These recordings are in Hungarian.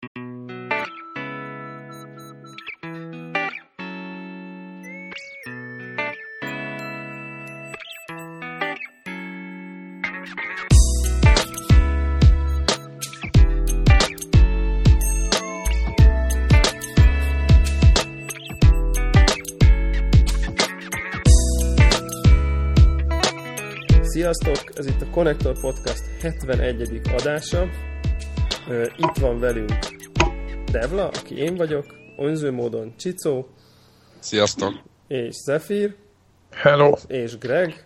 Sziasztok! Ez itt a Connector Podcast 71. adása. Itt van velünk Devla, aki én vagyok, önző módon Csicó. Sziasztok! És Zephyr. Hello! És Greg.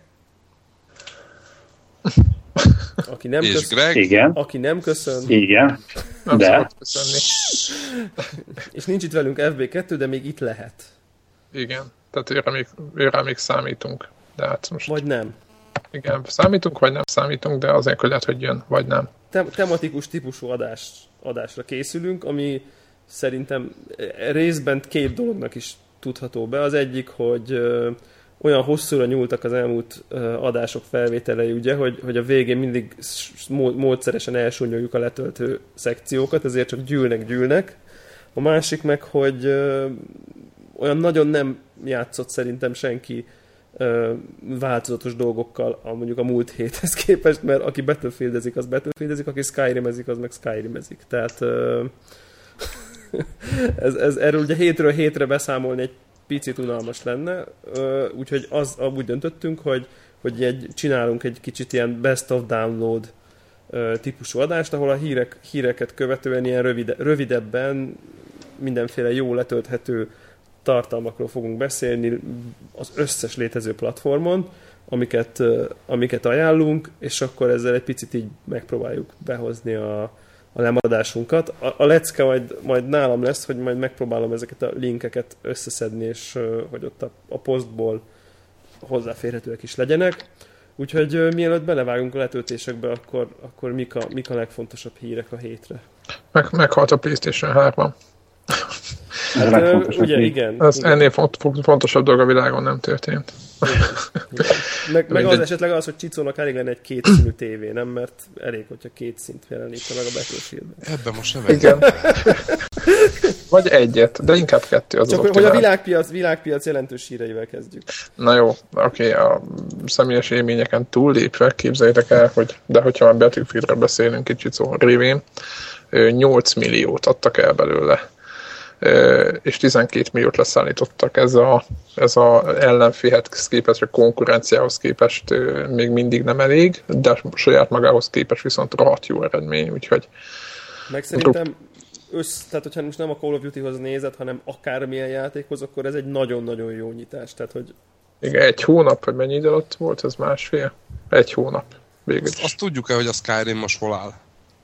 Aki nem és Greg. Igen. Aki nem köszön. Igen. Nem szabad köszönni. És nincs itt velünk FB2, de még itt lehet. Igen. Tehát őre még számítunk. De hát most... Vagy nem. Igen, számítunk, vagy nem számítunk, de azért lehet, hogy jön, vagy nem. Tematikus típusú adásra készülünk, ami szerintem részben két dolognak is tudható be. Az egyik, hogy olyan hosszúra nyúltak az elmúlt adások felvételei, ugye, hogy a végén mindig módszeresen elsúnyoljuk a letöltő szekciókat, ezért csak gyűlnek. A másik meg, hogy olyan nagyon nem játszott szerintem senki változatos dolgokkal mondjuk a múlt héthez képest, mert aki Battlefieldezik, az Battlefieldezik, aki Skyrimezik, az meg Skyrimezik. Tehát erről ugye hétről hétre beszámolni egy picit unalmas lenne, úgyhogy úgy döntöttünk, hogy csinálunk egy kicsit ilyen best of download típusú adást, ahol a híreket követően ilyen rövidebben mindenféle jó letölthető tartalmakról fogunk beszélni az összes létező platformon, amiket ajánlunk, és akkor ezzel egy picit így megpróbáljuk behozni a lemaradásunkat. A lecke majd nálam lesz, hogy majd megpróbálom ezeket a linkeket összeszedni, és hogy ott a posztból hozzáférhetőek is legyenek. Úgyhogy mielőtt belevágunk a letöltésekbe, akkor mik a legfontosabb hírek a hétre? Meghalt a PlayStation 3-ban. Ugye, igen. Ennél fontosabb dolog a világon nem történt. Meg az esetleg az, hogy Csicónak elég lenne egy kétszínű tévé, nem? Mert elég, hogyha két szint jelenítve meg a Battlefieldben. Ebben most nem igen. Vagy egyet, de inkább kettő az. Csak hogy a világpiac jelentős híreivel kezdjük. Na jó, oké, a személyes élményeken túllépve képzeljétek el, de hogyha már Battlefieldről beszélünk kicsit szó révén, 8 milliót adtak el belőle. És 12 milliót leszállítottak. Ez a ellenfélhez képest, a konkurenciához képest még mindig nem elég, de saját magához képest viszont rohadt jó eredmény, úgyhogy... Meg szerintem tehát hogyha most nem a Call of Duty-hoz nézed, hanem akármilyen játékhoz, akkor ez egy nagyon-nagyon jó nyitás. Tehát, hogy... Igen, egy hónap, vagy mennyi idő alatt volt, ez másfél? Egy hónap. Azt tudjuk-e, hogy a Skyrim most hol áll?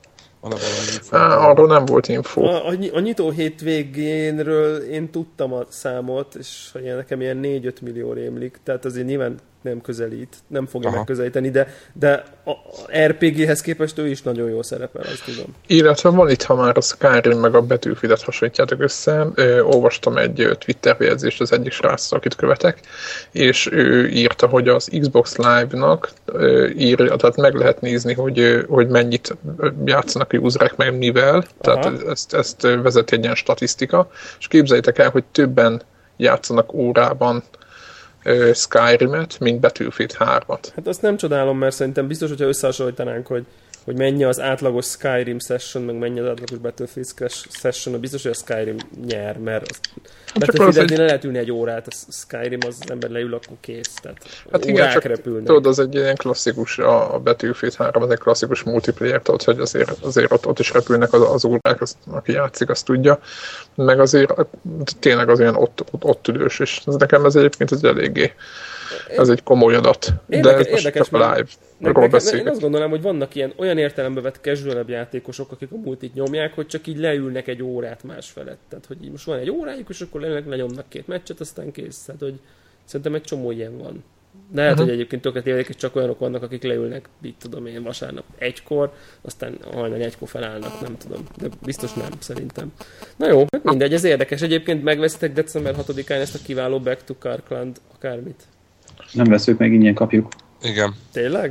Arról nem volt info. A nyitó hétvégénről én tudtam a számot, és nekem ilyen 4-5 millió rémlik, tehát azért nyilván nem közelít, nem fogja megközelíteni, de a RPG-hez képest ő is nagyon jól szerepel, azt tudom. Illetve van itt, ha már a Skyrim meg a Battlefieldet hasonlítjátok össze, olvastam egy Twitter bejegyzést az egyik sráctól, akit követek, és ő írta, hogy az Xbox Live-nak írja, tehát meg lehet nézni, hogy mennyit játszanak a userek meg mivel, tehát ezt vezeti egy ilyen statisztika, és képzeljétek el, hogy többen játszanak órában Skyrimet, mint Battlefield 3-at. Hát azt nem csodálom, mert szerintem biztos, hogyha összehasonlítanánk, hogy mennyi az átlagos Skyrim session, meg mennyi az átlagos Battlefield session, biztos, hogy a Skyrim nyer, mert Battlefield-nél le lehet ülni egy órát, a Skyrim az ember leül, akkor kész. Tehát hát órák igen, repülnek. Tudod, az egy ilyen klasszikus, a Battlefield 3 az egy klasszikus multiplayer, tudod, hogy azért ott is repülnek az órák, aki játszik, azt tudja. Meg azért tényleg az ilyen ott ülős, és nekem ez egyébként egy eléggé ez egy komoly adat. De ez érdekes, most a live-ról beszélünk. Én azt gondolom, hogy vannak olyan értelemben vett casual-ebb játékosok, akik a multit nyomják, hogy csak így leülnek egy órát más felett. Tehát, hogy így most van egy órájuk, és akkor lenyomnak 2 meccset, aztán kész. Tehát, hogy szerintem egy csomó ilyen van. De lehet, hogy egyébként tökéletes, és csak olyanok vannak, akik leülnek, így tudom én, vasárnap 1-kor, aztán hajnal 1-kor felállnak, nem tudom. De biztos nem, szerintem. Na jó, mindegy, ez érdekes. Egyébként megveszitek december 6-án ezt a kiváló Back to Karkland akármit. Nem veszük meg, ingyen kapjuk. Igen. Tényleg?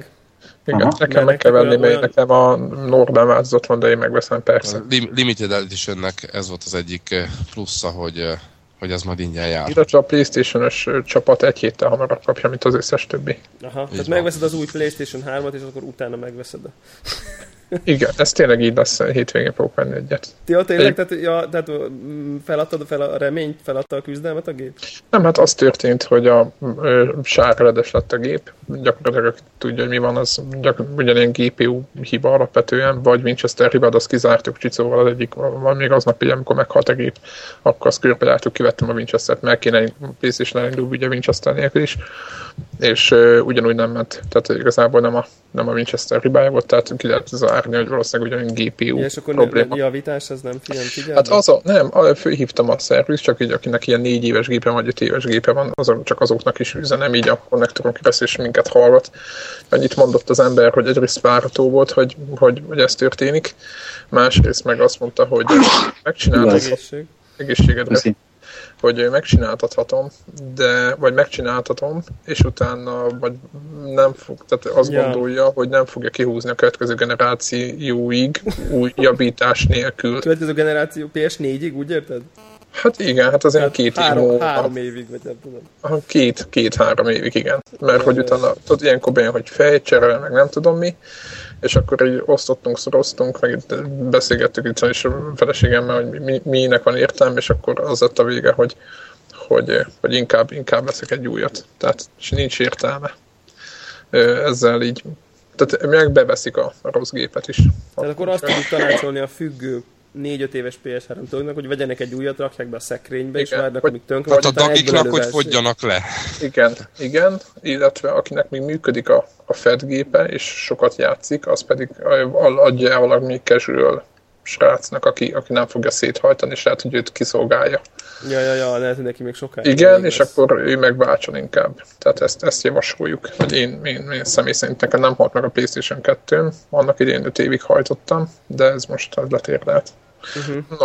Igen, nekem meg kell venni, mert nekem a normál változat van, de én megveszem, persze. A Limited Editionnek ez volt az egyik plusza, hogy ez majd ingyen jár. Illetve a PlayStation-ös csapat egy héttel hamarabb kapja, mint az összes többi. Aha, tehát megveszed az új PlayStation 3-at, és akkor utána megveszed. Igen, ez tényleg így lesz, hétvégén fogok venni egyet. Ja, tényleg, tehát feladtad a reményt, feladta a küzdelmet a gép? Nem, hát az történt, hogy a sárledes lett a gép. Gyakorlatilag aki tudja, hogy mi van, az ugyanilyen GPU hiba alapvetően, vagy Winchester hiba, azt kizártuk Csicóval az egyik, még aznap így, amikor meghalt a gép, akkor azt körbelálltuk, kivettem a Winchester-t, meg kéne PlayStation elindul ugye Winchester nélkül is, és ugyanúgy nem ment. Tehát igazából nem a Winchester hibája volt, tehát ki lehet zárni, hogy valószínűleg ugyanilyen GPU ja, és akkor probléma. Javítás, ez nem figyel? Hát fölhívtam a szerviz, csak így akinek ilyen 4 éves gépe vagy 5 éves gépe van, csak azoknak is üzenem, így a konnektoron keresztül is minket hallgat. Annyit mondott az ember, hogy egyrészt várható volt, hogy ez történik, másrészt meg azt mondta, hogy egészségedre, hogy megcsináltathatom, vagy megcsináltatom, és utána vagy nem fog, tehát azt gondolja, hogy nem fogja kihúzni a következő generációig új javítás nélkül. Következő generáció PS4-ig, úgy érted? Hát igen, hát az ilyen 2 év múlva. 3 évig, vagy nem tudom. 2-3 évig, igen. Mert hogy utána, tudod, ilyenkor bejön, hogy fejcserele, meg nem tudom mi, és akkor így szoroztunk, meg itt beszélgettük itt is a feleségemmel, hogy minek van értelme, és akkor az lett a vége, hogy inkább veszek egy újat. Tehát nincs értelme. Ezzel így, tehát meg beveszik a rossz gépet is. Tehát akkor azt tudjuk tanácsolni a függő 4-5 éves PS3 tagnak, hogy vegyenek egy újat, rakják be a szekrénybe, és várnak, amíg tönkre vagy. Hát a dagiknak, hogy fogjanak le. Igen, illetve akinek még működik a FAT gépe, és sokat játszik, az pedig adja el valami casual srácnak, aki nem fogja széthajtani, és lehet, hogy őt kiszolgálja. Ja, lehet, hogy neki még sokáig. Igen, és lesz. Akkor ő megváltson inkább. Tehát ezt javasoljuk. Hogy én személy szerint nekem nem halt meg a PlayStation 2-n, annak idén 5 évig hajtottam, de ez most letérdelt. No,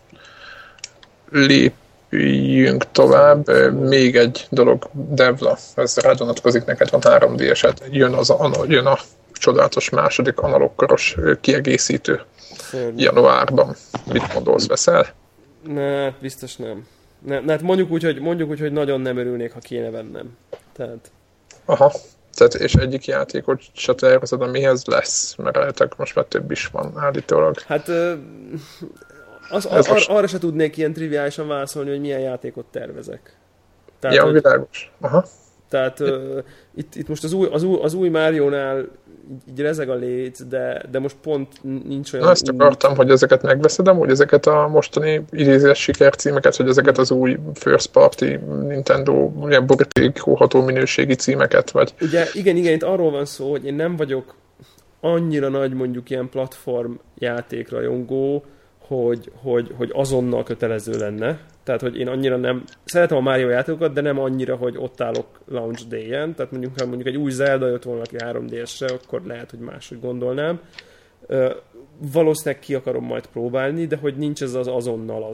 lépjünk tovább. Még egy dolog, Devla, ez rád vonatkozik, neked van 3D-esed, jön a csodálatos második analógkoros kiegészítő januárban. Mit gondolsz, veszel? Ne, biztos nem. Hát mondjuk úgy, hogy nagyon nem örülnék, ha kéne vennem. Tehát... Aha. Tehát, és egyik játékot se tervezed, amihez lesz, mert rajtak most már több is van állítólag. Hát arra se tudnék ilyen triviálisan válaszolni, hogy milyen játékot tervezek. Tehát, ja, világos. Aha. Tehát itt most az új Mario-nál így rezeg a léc, de most pont nincs olyan... Na, ezt akartam, hogy ezeket megveszed amúgy, ezeket a mostani idézés sikercímeket, hogy ezeket az új first party Nintendo ilyen borítékolható minőségi címeket, vagy... Ugye igen, itt arról van szó, hogy én nem vagyok annyira nagy mondjuk ilyen platform játékrajongó, hogy azonnal kötelező lenne. Tehát, hogy én annyira nem... Szeretem a Mario játékokat, de nem annyira, hogy ott állok launch day-en. Tehát mondjuk, ha mondjuk egy új Zelda jött volna ki 3DS-re, akkor lehet, hogy máshogy gondolnám. Valószínűleg ki akarom majd próbálni, de hogy nincs ez az azonnal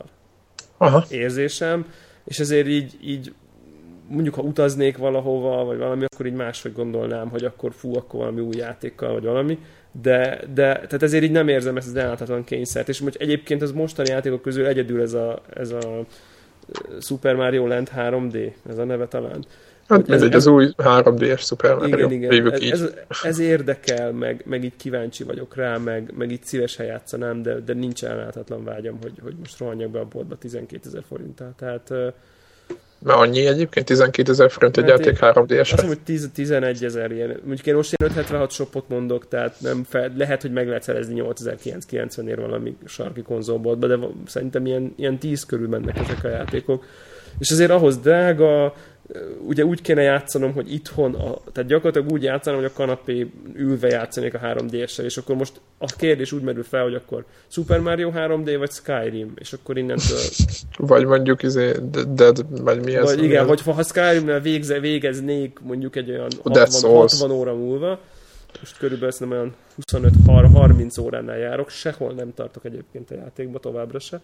Aha. érzésem. És ezért így mondjuk, ha utaznék valahova, vagy valami, akkor így máshogy gondolnám, hogy akkor valami új játékkal, vagy valami. De tehát ezért így nem érzem ezt az ellátatlan kényszert. És most egyébként az mostani játékok közül egyedül ez a Super Mario Land 3D, ez a neve talán. Hát az új 3D-es Super Mario. Igen. Ez érdekel, meg így kíváncsi vagyok rá, meg így szívesen játszanám, de nincs ellátatlan vágyam, hogy most rohanjak be a boltba 12 000 forinttal. Tehát... Mert annyi egyébként? 12 000 forint egy játék 3D-esre? Azt mondom, hogy 11 000 ilyen. Mondjuk én most 576 shopot mondok, tehát lehet, hogy meg lehet szerezni 8990-ért valami sarki konzolboltba, de szerintem ilyen 10 körül mennek ezek a játékok. És azért ahhoz drága, ugye úgy kéne játszanom, hogy itthon, tehát gyakorlatilag úgy játszanom, hogy a kanapé ülve játszanék a 3D-essel, és akkor most a kérdés úgy merül fel, hogy akkor Super Mario 3D vagy Skyrim, és akkor innentől... Vagy mondjuk Dead, vagy mi ez? Vagy igen, vagy ha Skyrimnál végeznék mondjuk egy olyan 60 óra múlva, most körülbelül olyan 25-30 óránál járok, sehol nem tartok egyébként a játékba, továbbra se.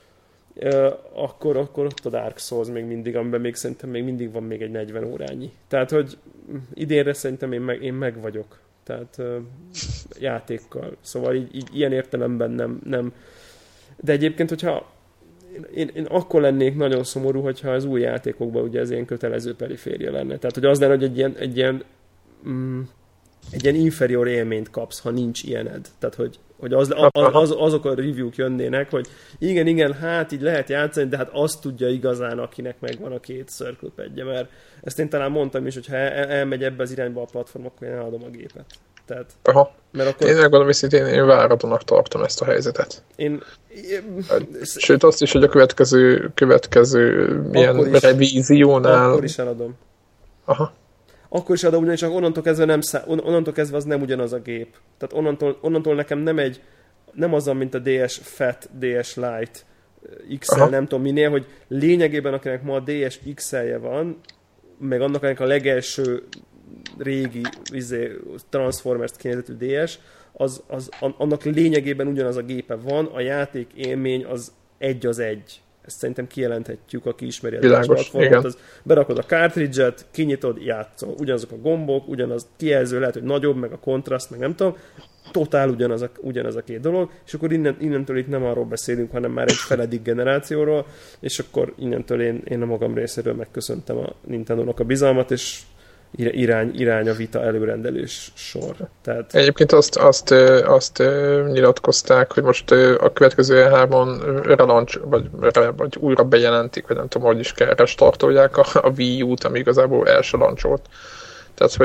Akkor ott a Dark Souls még mindig, amiben még szerintem még mindig van még egy 40 órányi. Tehát, hogy idénre szerintem én meg vagyok. Tehát játékkal. Szóval így ilyen értelemben nem. De egyébként, hogyha én akkor lennék nagyon szomorú, hogyha az új játékokban ugye ez ilyen kötelező periféria lenne. Tehát, hogy az lenne, hogy egy ilyen inferior élményt kapsz, ha nincs ilyened. Tehát, hogy azok a review-k jönnének, hogy igen, hát így lehet játszani, de hát azt tudja igazán, akinek megvan a 2 circle padje, mert ezt én talán mondtam is, hogy ha elmegy ebbe az irányba a platform, akkor én eladom a gépet. Tehát, mert akkor... Én megmondom őszintén, én váradonak tartom ezt a helyzetet. Sőt, azt is, hogy a következő milyen revíziónál... Akkor is eladom. Aha. Akkor is adom, ugyanis csak onnantól kezdve az nem ugyanaz a gép. Tehát onnantól nekem nem az, mint a DS Fat, DS Lite, XL, nem tudom minél, hogy lényegében akinek ma a DS XL-je van, meg annak a legelső régi Transformers-t kinézetű DS, annak lényegében ugyanaz a gépe van, a játék élmény az egy az egy. Ezt szerintem kijelenthetjük, aki ismeri a platformot. Az berakod a cartridge-et, kinyitod, játszol. Ugyanazok a gombok, ugyanaz kijelző, lehet, hogy nagyobb, meg a kontraszt, meg nem tudom. Totál ugyanaz a 2 dolog, és akkor innentől itt nem arról beszélünk, hanem már egy feledik generációról, és akkor innentől én a magam részéről megköszöntem a Nintendo-nak a bizalmat, és irány a vita előrendelés sor. Tehát... Egyébként azt nyilatkozták, hogy most a következő E3-on relaunch, vagy újra bejelentik, vagy nem tudom, hogy is kell, restartolják a Wii U-t, ami igazából el se launcholt. Tehát,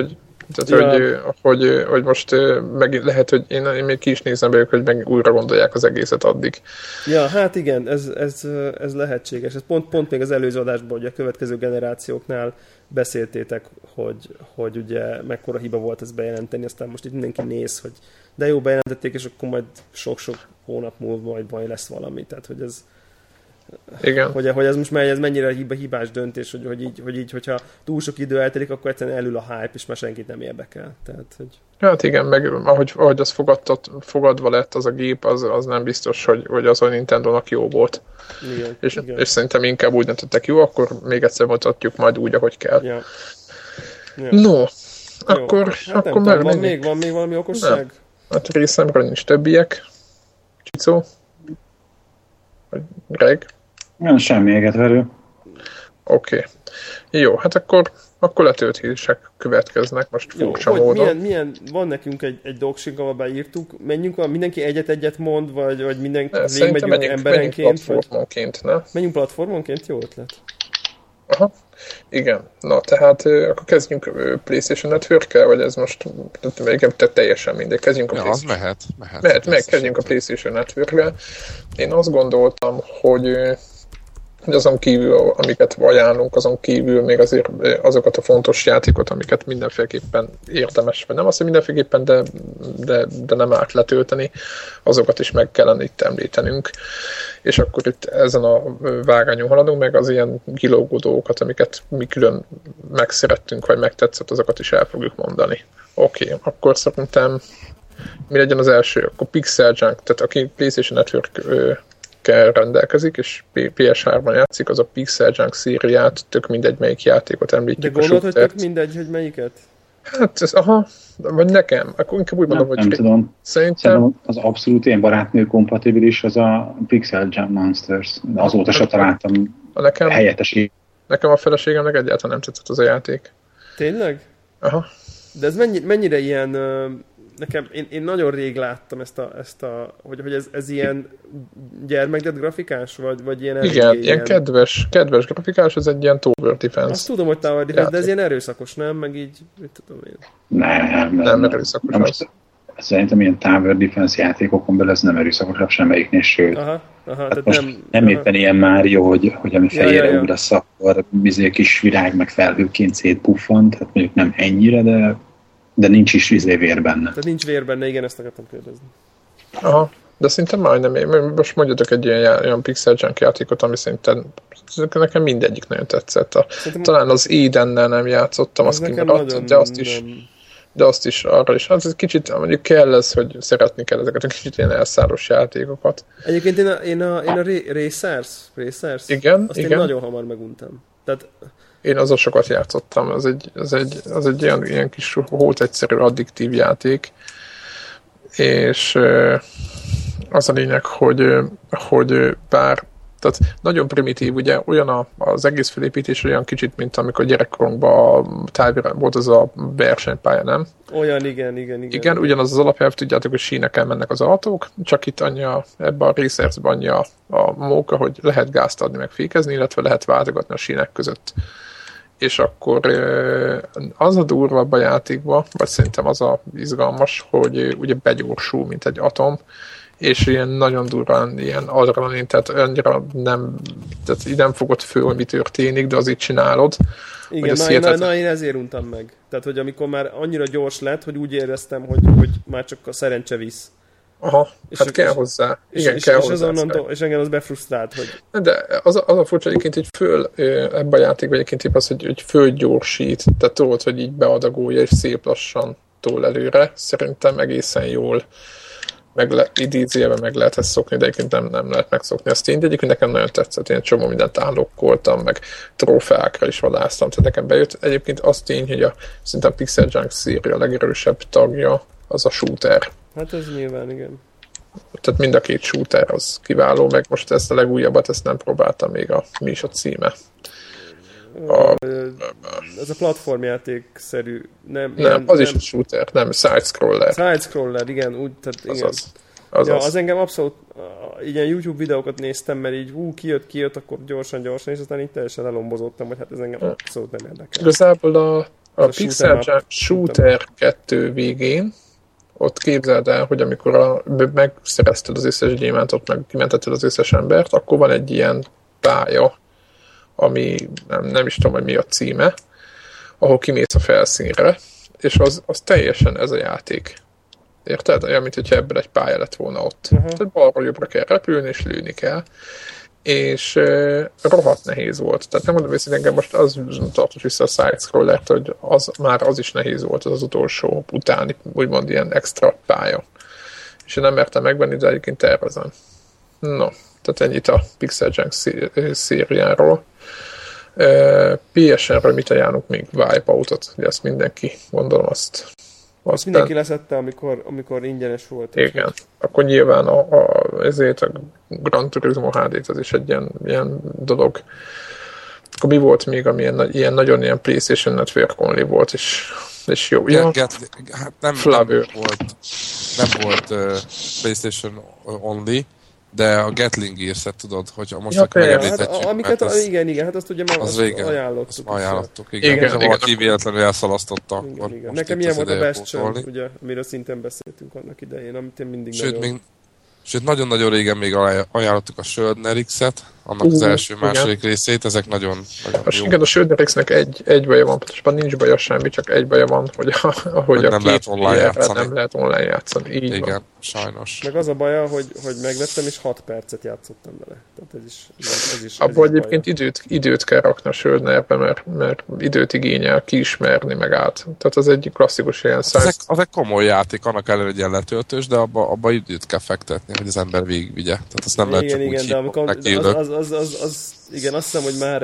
hogy most meg lehet, hogy én még ki is nézem belőle, hogy meg újra gondolják az egészet addig. Ja, hát igen, ez lehetséges. Ez pont még az előző adásban, hogy a következő generációknál beszéltétek, hogy ugye mekkora hiba volt ezt bejelenteni, aztán most itt mindenki néz, hogy de jó, bejelentették, és akkor majd sok-sok hónap múlva majd baj lesz valami. Tehát, hogy ez igen. Hogy ez most már ez mennyire hibás döntés, hogy így, hogyha túl sok idő eltelik, akkor egyszerűen elül a hype, és már senkit nem érdekel. Tehát, hogy... Hát igen, meg ahogy az fogadva lett az a gép, az nem biztos, hogy az a Nintendo-nak jó volt. Igen, és szerintem inkább úgy döntöttek, jó, akkor még egyszer mutatjuk majd úgy, ahogy kell. Ja. No, akkor meg van még valami okosság? Nem. Hát részemről nincs többiek. Csicó? Vagy Greg? Nem, semmi égetverő. Oké. Jó, hát akkor letölt hírek következnek most furcsa módon. Milyen, van nekünk egy doksink, ahol beírtuk, menjünk, mindenki egyet mond, vagy mindenki végigmegyünk emberenként? Menjünk platformonként, ne? Menjünk platformonként, jó ötlet. Aha, igen. Na, tehát akkor kezdjünk PlayStation Network-kel, vagy ez most igen, teljesen mindegy. Kezdjünk a PlayStation. Mehet, kezdjünk a PlayStation Network-kel. Én azt gondoltam, hogy azon kívül, amiket ajánlunk, azon kívül még azért azokat a fontos játékot, amiket mindenféleképpen érdemes, vagy nem azt, hogy mindenféleképpen, de nem árt letölteni, azokat is meg kellene itt említenünk. És akkor itt ezen a vágányon haladunk, meg az ilyen kilógó dolgokat, amiket mi külön megszerettünk, vagy megtetszett, azokat is el fogjuk mondani. Oké, akkor szerintem mi legyen az első? Akkor Pixel Junk, tehát aki PlayStation Network rendelkezik, és PS3-ban játszik, az a Pixel Junk szériát, tök mindegy, melyik játékot említjük. De gondolod, hogy tök mindegy, hogy melyiket? Hát, vagy nekem. Akkor inkább úgy mondom, hogy... Nem tudom. Szerintem az abszolút ilyen barátnő kompatibilis az a Pixel Junk Monsters. Azóta se találtam helyettesít. Nekem a feleségemnek egyáltalán nem tetszett az a játék. Tényleg? Aha. De ez mennyire ilyen... Nekem, én nagyon rég láttam hogy ez ilyen gyermekdet grafikás, vagy ilyen... Igen, ilyen kedves grafikás, ez egy ilyen Tower Defense. Azt tudom, hogy Tower Defense, de ez ilyen erőszakos, nem? Meg így, mit tudom én. Nem erőszakos az. Most szerintem ilyen Tower Defense játékokon belül ez nem erőszakosabb semmelyiknél, sőt. Aha, tehát most nem éppen ilyen Mario, hogy ami fejére ugrasz, akkor kis virág meg felhőként szétpuffant, tehát mondjuk nem ennyire, de nincs is vér benne. Tehát nincs vér benne, igen, ezt akartam kérdezni. Aha, de szinte majdnem. Most mondjatok egy ilyen Pixel Junk játékot, ami szerintem nekem mindegyik nagyon tetszett. Talán az Edennel nem játszottam, az kimaradt, de azt is arra is. Hát ez kicsit, mondjuk kell ez, hogy szeretni kell ezeket a kicsit ilyen elszáros játékokat. Egyébként én a Racers? Igen, azt én nagyon hamar meguntam. Tehát Én azon sokat játszottam, az egy ilyen kis hót egyszerű addiktív játék, és az a lényeg, hogy bár tehát nagyon primitív, ugye olyan az egész felépítés olyan kicsit, mint amikor gyerekkorunkban volt az a versenypálya, nem? Olyan, igen. Igen, ugyanaz az alapelv, tudjátok, hogy síneken mennek az autók, csak itt ebben a Racers-ben annyi a móka, hogy lehet gázt adni, meg fékezni, illetve lehet váltogatni a sínek között. És akkor az a durva a játékban, vagy szerintem az a izgalmas, hogy ugye begyorsul, mint egy atom, és ilyen nagyon durván, ilyen adrenalin, tehát annyira tehát így nem fogod föl, hogy mi történik, de az így csinálod. Igen, én ezért untam meg. Tehát, hogy amikor már annyira gyors lett, hogy úgy éreztem, hogy már csak a szerencse visz. Aha, hát kell hozzá. Igen, kell hozzá. És engem az befrusztrált, hogy... De az a furcsa egyébként, hogy ebben a játékban egyébként az, hogy fölgyorsít, tehát tudod, hogy így beadagolja, és szép lassan tol előre. Szerintem egészen jól idézőjelben meg lehet ezt szokni, de egyébként nem lehet megszokni. Azt tény, de egyébként nekem nagyon tetszett, én csomó mindent állokkoltam, meg trófeákra is vadásztam, tehát nekem bejött. Egyébként azt tény, hogy szerintem Pixel Junk széria legerősebb tagja az a shooter. Hát ez nyilván, igen. Tehát mind a két shooter az kiváló, meg most ezt a legújabbat, ezt nem próbáltam még, mi is a címe. Ez a platformjáték-szerű. Nem, is a shooter, nem, side-scroller. Side-scroller, igen, úgy, tehát igen. Az engem abszolút, ilyen YouTube videókat néztem, mert így kijött, akkor gyorsan, és aztán így teljesen elombozottam, hogy hát ez engem abszolút nem érdekel. Igazából a Pixel Junk Shooter 2 végén ott képzeld el, hogy amikor megszerezted az összes gyémántot, meg kimentetted az összes embert, akkor van egy ilyen pálya, ami nem is tudom, hogy mi a címe, ahol kimész a felszínre, és az teljesen ez a játék. Érted? Olyan, mint hogyha ebből egy pálya lett volna ott. Tehát balra jobbra kell repülni, és lőni kell. És rohadt nehéz volt. Tehát nem mondom őszintén, engem most az tartott vissza a side-scrollert, hogy az is nehéz volt az utolsó utáni, úgymond ilyen extra pálya. És én nem mertem megvenni, de egyébként tervezem. No, tehát ennyit a Pixel Junk szériáról. PSN-ről mit ajánlunk még? Wipeout-ot, ugye azt mindenki, gondolom azt mindenki leszette, amikor ingyenes volt. Igen. Hogy... Akkor nyilván ezért a Gran Turismo HD-t az is egy ilyen dolog. Akkor mi volt még, ami ilyen nagyon ilyen PlayStation Network only volt, és jó. Ja, hát nem volt PlayStation only, de a Gatling Gears-et tudod, hogy most megemlítettük. Hát, igen, hát azt ugye ajánlottuk. Igen, valaki véletlenül elszalasztotta. Igen. Nekem ilyen volt a Bastion, ugye, amiről szintén beszéltünk annak idején, amit én mindig Sőt, nagyon-nagyon régen még ajánlottuk a Söldner X-et, annak az első-második részét, ezek nagyon jó. Igen, a Söldner X-nek egy baja van, pontosabban nincs baja semmi, csak egy baja van, hogy a két nem lehet online játszani. Így igen, van. Sajnos. Meg az a baja, hogy megvettem, és 6 percet játszottam vele. Tehát ez is abban egyébként időt kell rakni a Söldnerbe, mert időt igényel kiismerni meg át. Tehát az egyik klasszikus ilyen az egy komoly játék, annak ellenére, hogy ilyen letöltős, de abba időt kell fektetni, hogy az ember végigvigye. Tehát azt nem lehet csak úgy de amikor igen, azt hiszem, hogy már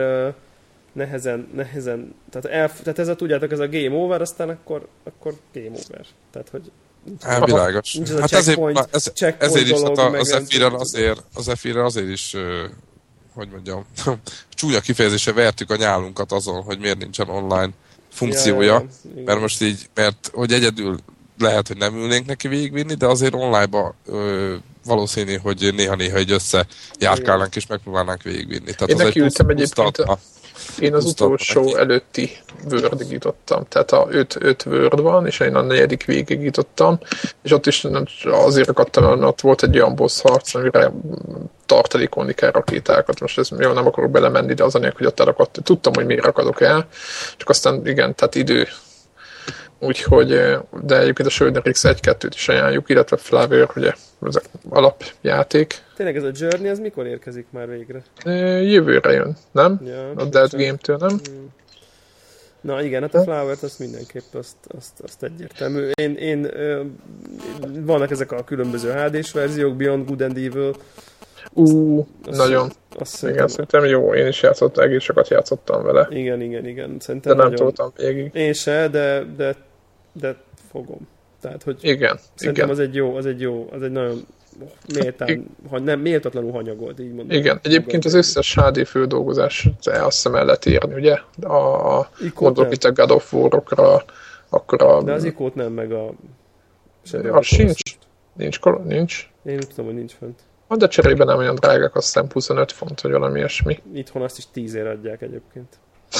nehezen tehát ez a, tudjátok, ez a game over, aztán akkor game over. Tehát, hogy világos. Hát ezért is az Zephyr-rel azért is hogy mondjam, csúnya kifejezése vertük a nyálunkat azon, hogy miért nincsen online funkciója, mert most így, mert hogy egyedül lehet, hogy nem ülnénk neki végigvinni, de azért online-ba valószínű, hogy néha-néha így összejárkálnánk és megpróbálnánk végigvinni. Tehát én neki ültem egyébként, én az utolsó előtti Word-ig jutottam. Tehát a 5 Word van, és én a 4. végig jutottam, és ott is azért akadtam, mert ott volt egy olyan boss harc, amire tartalékolni kell rakétákat. Most ez jól nem akarok belemenni, de az anyag, hogy ott elakadt. Tudtam, hogy miért akadok el, csak aztán igen, tehát idő. Úgyhogy, de egyébként a Söldner X 1-2-t is ajánljuk, illetve Flavor, ugye ez alapjáték. Tényleg ez a Journey, ez mikor érkezik már végre? Jövőre jön, nem? Ja, a Dead Game-től, nem? Na igen, hát a Flower-t azt mindenképp azt egyértelmű. Vannak ezek a különböző HD-s verziók, Beyond Good and Evil. Nagyon. Igen, szerintem jó, én is játszottam, egész sokat játszottam vele. Igen. Szerintem de nem tudtam végig. Én se, de fogom. Tehát, hogy igen. Szerintem az egy nagyon méltatlanul hanyagolt, így mondom. Igen, egyébként az összes HD földolgozás azt hiszem el lehet érni, ugye? Mondok itt a God of War-okra, akkor de az ikót nem, meg a... Az sincs? Nincs? Én úgy tudom, hogy nincs fent. De cserében nem olyan drágák, azt hiszem 25 font, vagy valami ilyesmi. Itthon azt is 10-ért adják egyébként.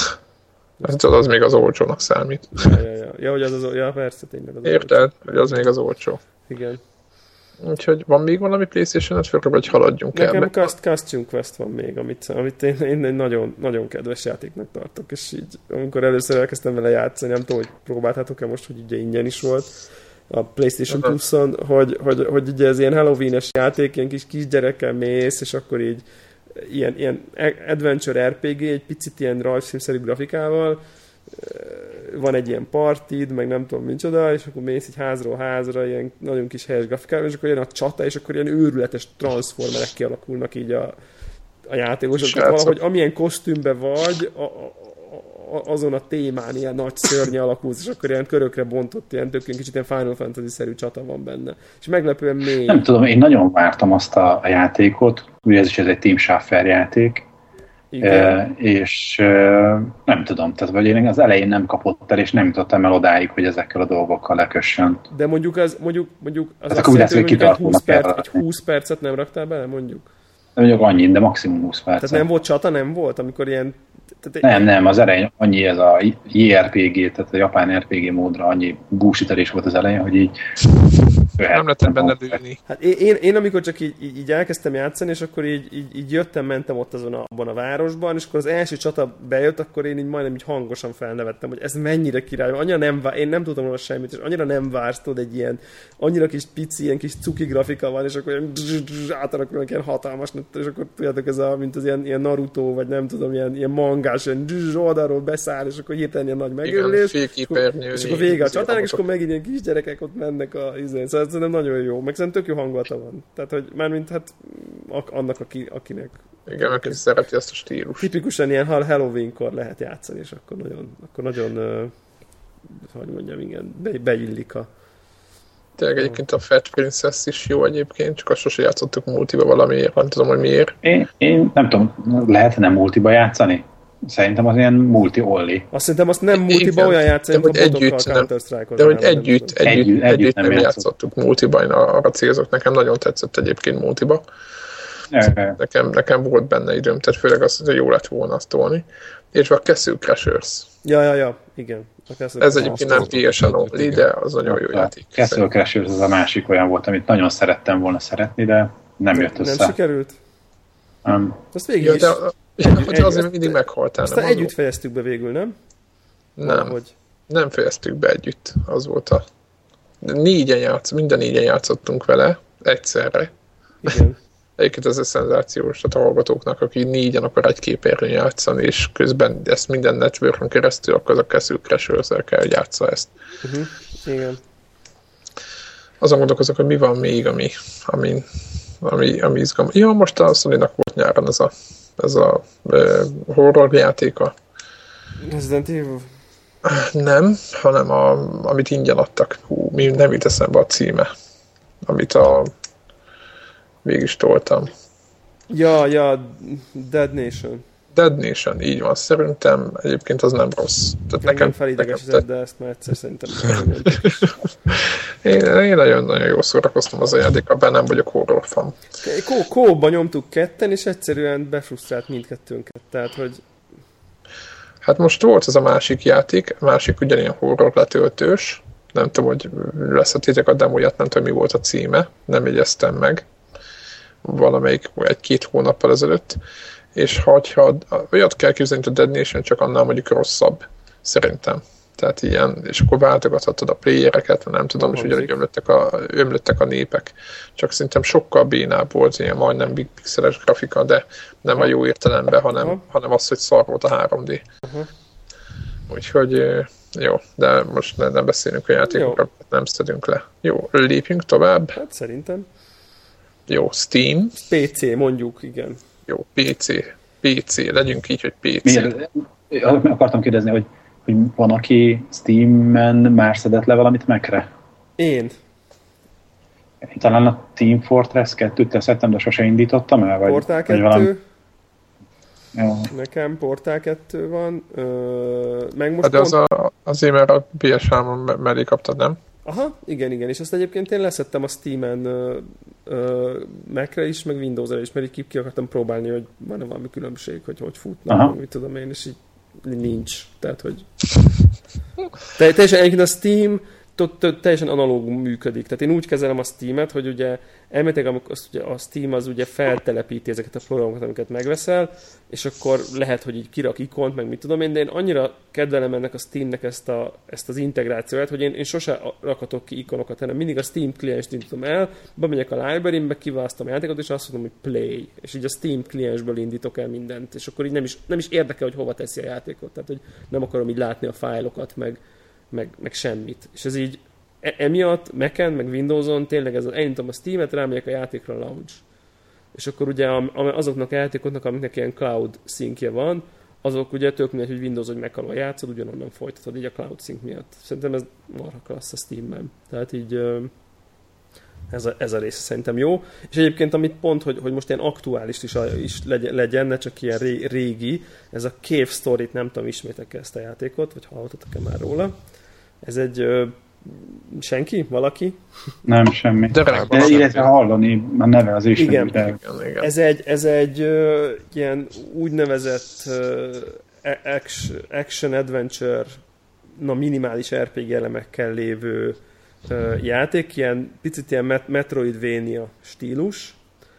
Az még az olcsónak számít. Ja, hogy ja, persze, tényleg az érted, hogy az még az olcsó. Igen. Úgyhogy van még valami PlayStation 5 vagy haladjunk el? Nekem Costume Quest van még, amit én egy nagyon, nagyon kedves játéknak tartok, és így amikor először elkezdtem vele játszani, nem tudom, hogy próbáltátok-e most, hogy ugye ingyen is volt a PlayStation Plus-on, hogy ugye ez ilyen Halloween-es játék, ilyen kis kisgyerekkel mész, és akkor így ilyen adventure RPG, egy picit ilyen rajzfilmszerű grafikával, van egy ilyen partid, meg nem tudom micsoda, és akkor mész így házról házra, ilyen nagyon kis helyes grafikával, és akkor jön a csata, és akkor ilyen őrületes transformerek kialakulnak így a játékosok. Valahogy amilyen kosztümbe vagy, azon a témán ilyen nagy szörnye alakulsz, és akkor ilyen körökre bontott, ilyen tök kicsit ilyen Final Fantasy-szerű csata van benne. És meglepően mély. Nem tudom, én nagyon vártam azt a játékot, ugye ez egy Team Schafer játék, és nem tudom, tehát vagy én az elején nem kapott el, és nem jutottam el odáig, hogy ezekkel a dolgokkal lekössön. De mondjuk az hát azt jelenti, hogy egy 20 percet nem raktál bele, mondjuk? Mondjuk annyit, de maximum 20 percet. Tehát nem volt csata, nem volt, amikor ilyen... Nem, az elején annyi ez a JRPG, tehát a japán RPG módra annyi búsítelés volt az elején, hogy így... Nem lettem benne lőni. Hát én amikor csak így elkezdtem játszani, és akkor így mentem ott abban a városban, és akkor az első csata bejött, akkor én így majdnem így hangosan felnevettem, hogy ez mennyire király. Én nem tudtam volna semmit, és annyira nem vársz, egy ilyen, annyira kis pici, ilyen kis cuki grafika van, és akkor átalakulnak ilyen hatalmas, és akkor tudjátok, ez mint az ilyen Naruto, vagy nem tudom, ilyen mangás, ilyen oldalról beszáll, és akkor hirtelen ilyen nagy megőrülés, és akkor vége a csatának, és akkor megint ilyen kisgyerekek ott mennek szóval szerintem nagyon jó, meg szerintem tök jó hangulata van. Tehát, hogy mármint hát annak, akinek... Igen, aki szereti ezt a stílus. Tipikusan ilyen Halloween-kor lehet játszani, és akkor nagyon hogy mondjam, igen, beillik a... Tényleg egyébként a Fat Princess is jó egyébként, csak azt sose játszottuk multiba valamiért, nem tudom, hogy miért. Én nem tudom, lehet-e multiba játszani? Szerintem az ilyen multi-olli. Azt szerintem azt nem multiba olyan játszani, hogy együtt de hogy együtt nem játszottuk multiba, én arra célzok, nekem nagyon tetszett egyébként multiba. Nekem volt benne időm, tehát főleg azt, hogy jó lett volna azt tolni. És a Castle Crashers. Ja, igen. Ez egyébként nem PSN only, de az nagyon jó játék. Castle Crashers az a másik olyan volt, amit nagyon szerettem volna szeretni, de nem jött össze. Nem sikerült? Azt végig is. Hogy azért mindig meghaltál. Aztán együtt fejeztük be végül, nem? Nem fejeztük be együtt. Az volt a... minden négyen játszottunk vele egyszerre. Igen. Egyébként ez a szenzációs a hallgatóknak, aki négyen akar egy képernyőn játszani, és közben ezt minden networkon keresztül, akkor az a Castle Crashers-el kell, hogy játsza ezt. Igen. Azon gondolkozok, hogy mi van még, ami izgalmas. Ja, most a Sony-nak volt nyáron ez a horror játéka. Resident Evil? Nem, hanem amit ingyen adtak. Nem jut eszembe a címe. Amit végig is toltam. Ja, Dead Nation. Dead Nation, így van. Szerintem egyébként az nem rossz. Tehát nekem felidegesített, de ezt már egyszer szerintem Én nagyon-nagyon jól szórakoztam az a játékkal, bár nem vagyok horror fan. Kóba nyomtuk ketten, és egyszerűen befrusztrált mindkettőnket. Tehát, hogy... Hát most volt ez a másik játék, másik ugyanilyen horror letöltős. Nem tudom, hogy leszetitek a demóját, nem tudom, mi volt a címe. Nem jegyeztem meg. Valamelyik 1-2 hónappal ezelőtt. És ha olyat kell képzelni, hogy a Dead Nation csak annál mondjuk rosszabb, szerintem. Tehát ilyen, és akkor váltogathatod a playereket, nem tudom, és ugyanúgy ömlöttek a népek. Csak szerintem sokkal bénább volt, ilyen majdnem big pixeles grafika, de nem a jó értelemben, hanem az, hogy szar volt a 3D. Úgyhogy jó, de most nem beszélünk a játékokra, nem szedünk le. Jó, lépjünk tovább. Hát szerintem. Jó, Steam. PC, mondjuk, igen. Jó, PC. Legyünk így, hogy PC. Miért? Akartam kérdezni, hogy van, aki Steamen már szedett le valamit Mac-re? Én talán a Team Fortress 2-t leszettem, de sose indítottam el? Vagy, Portál 2. Valami... Nekem Portál 2 van. Meg most de azért, mert a PS3-on mellé kaptad, nem? Aha, igen, és azt egyébként én leszettem a Steamen Mac-re is, meg Windows-ra is, mert így ki akartam próbálni, hogy van-e valami különbség, hogy futnak, mit tudom én, és így nincs. Tehát, hogy teljesen egyébként a Steam teljesen analóg működik. Tehát én úgy kezelem a Steamet, hogy ugye elméletileg a Steam az ugye feltelepíti ezeket a programokat, amiket megveszel, és akkor lehet, hogy így kirak ikont, meg mit tudom én, de én annyira kedvelem ennek a Steamnek ezt az integrációját, hogy én sose rakatok ki ikonokat, hanem mindig a Steam klienst indítom el, bemegyek a library-be, kiválasztom a játékot, és azt mondom, hogy play, és így a Steam kliensből indítok el mindent, és akkor így nem is érdekel, hogy hova teszi a játékot, tehát hogy nem akarom így látni a fájlokat, meg semmit. És ez így emiatt Mac-en, meg Windows-on tényleg elindítom a Steam-et, rámegyek a játékra launch. És akkor ugye azoknak a játékoknak, amiknek ilyen cloud syncje van, azok ugye tök mindegy, hogy Windows, hogy Mac alól játszod, ugyanonnan folytatod így a cloud sync miatt. Szerintem ez marha klassz a Steam-ben. Tehát így ez a része szerintem jó. És egyébként amit pont, hogy most ilyen aktuális is legyen, ne csak ilyen régi, ez a Cave Story-t, nem tudom, ismétek ezt a játékot, vagy hallottatok-e már róla. Ez egy senki? Valaki? Nem, semmi. De illetve hallani a neve az is. Igen. Ez egy ilyen úgynevezett action-adventure, minimális RPG elemekkel lévő játék, picit ilyen Metroidvania stílus.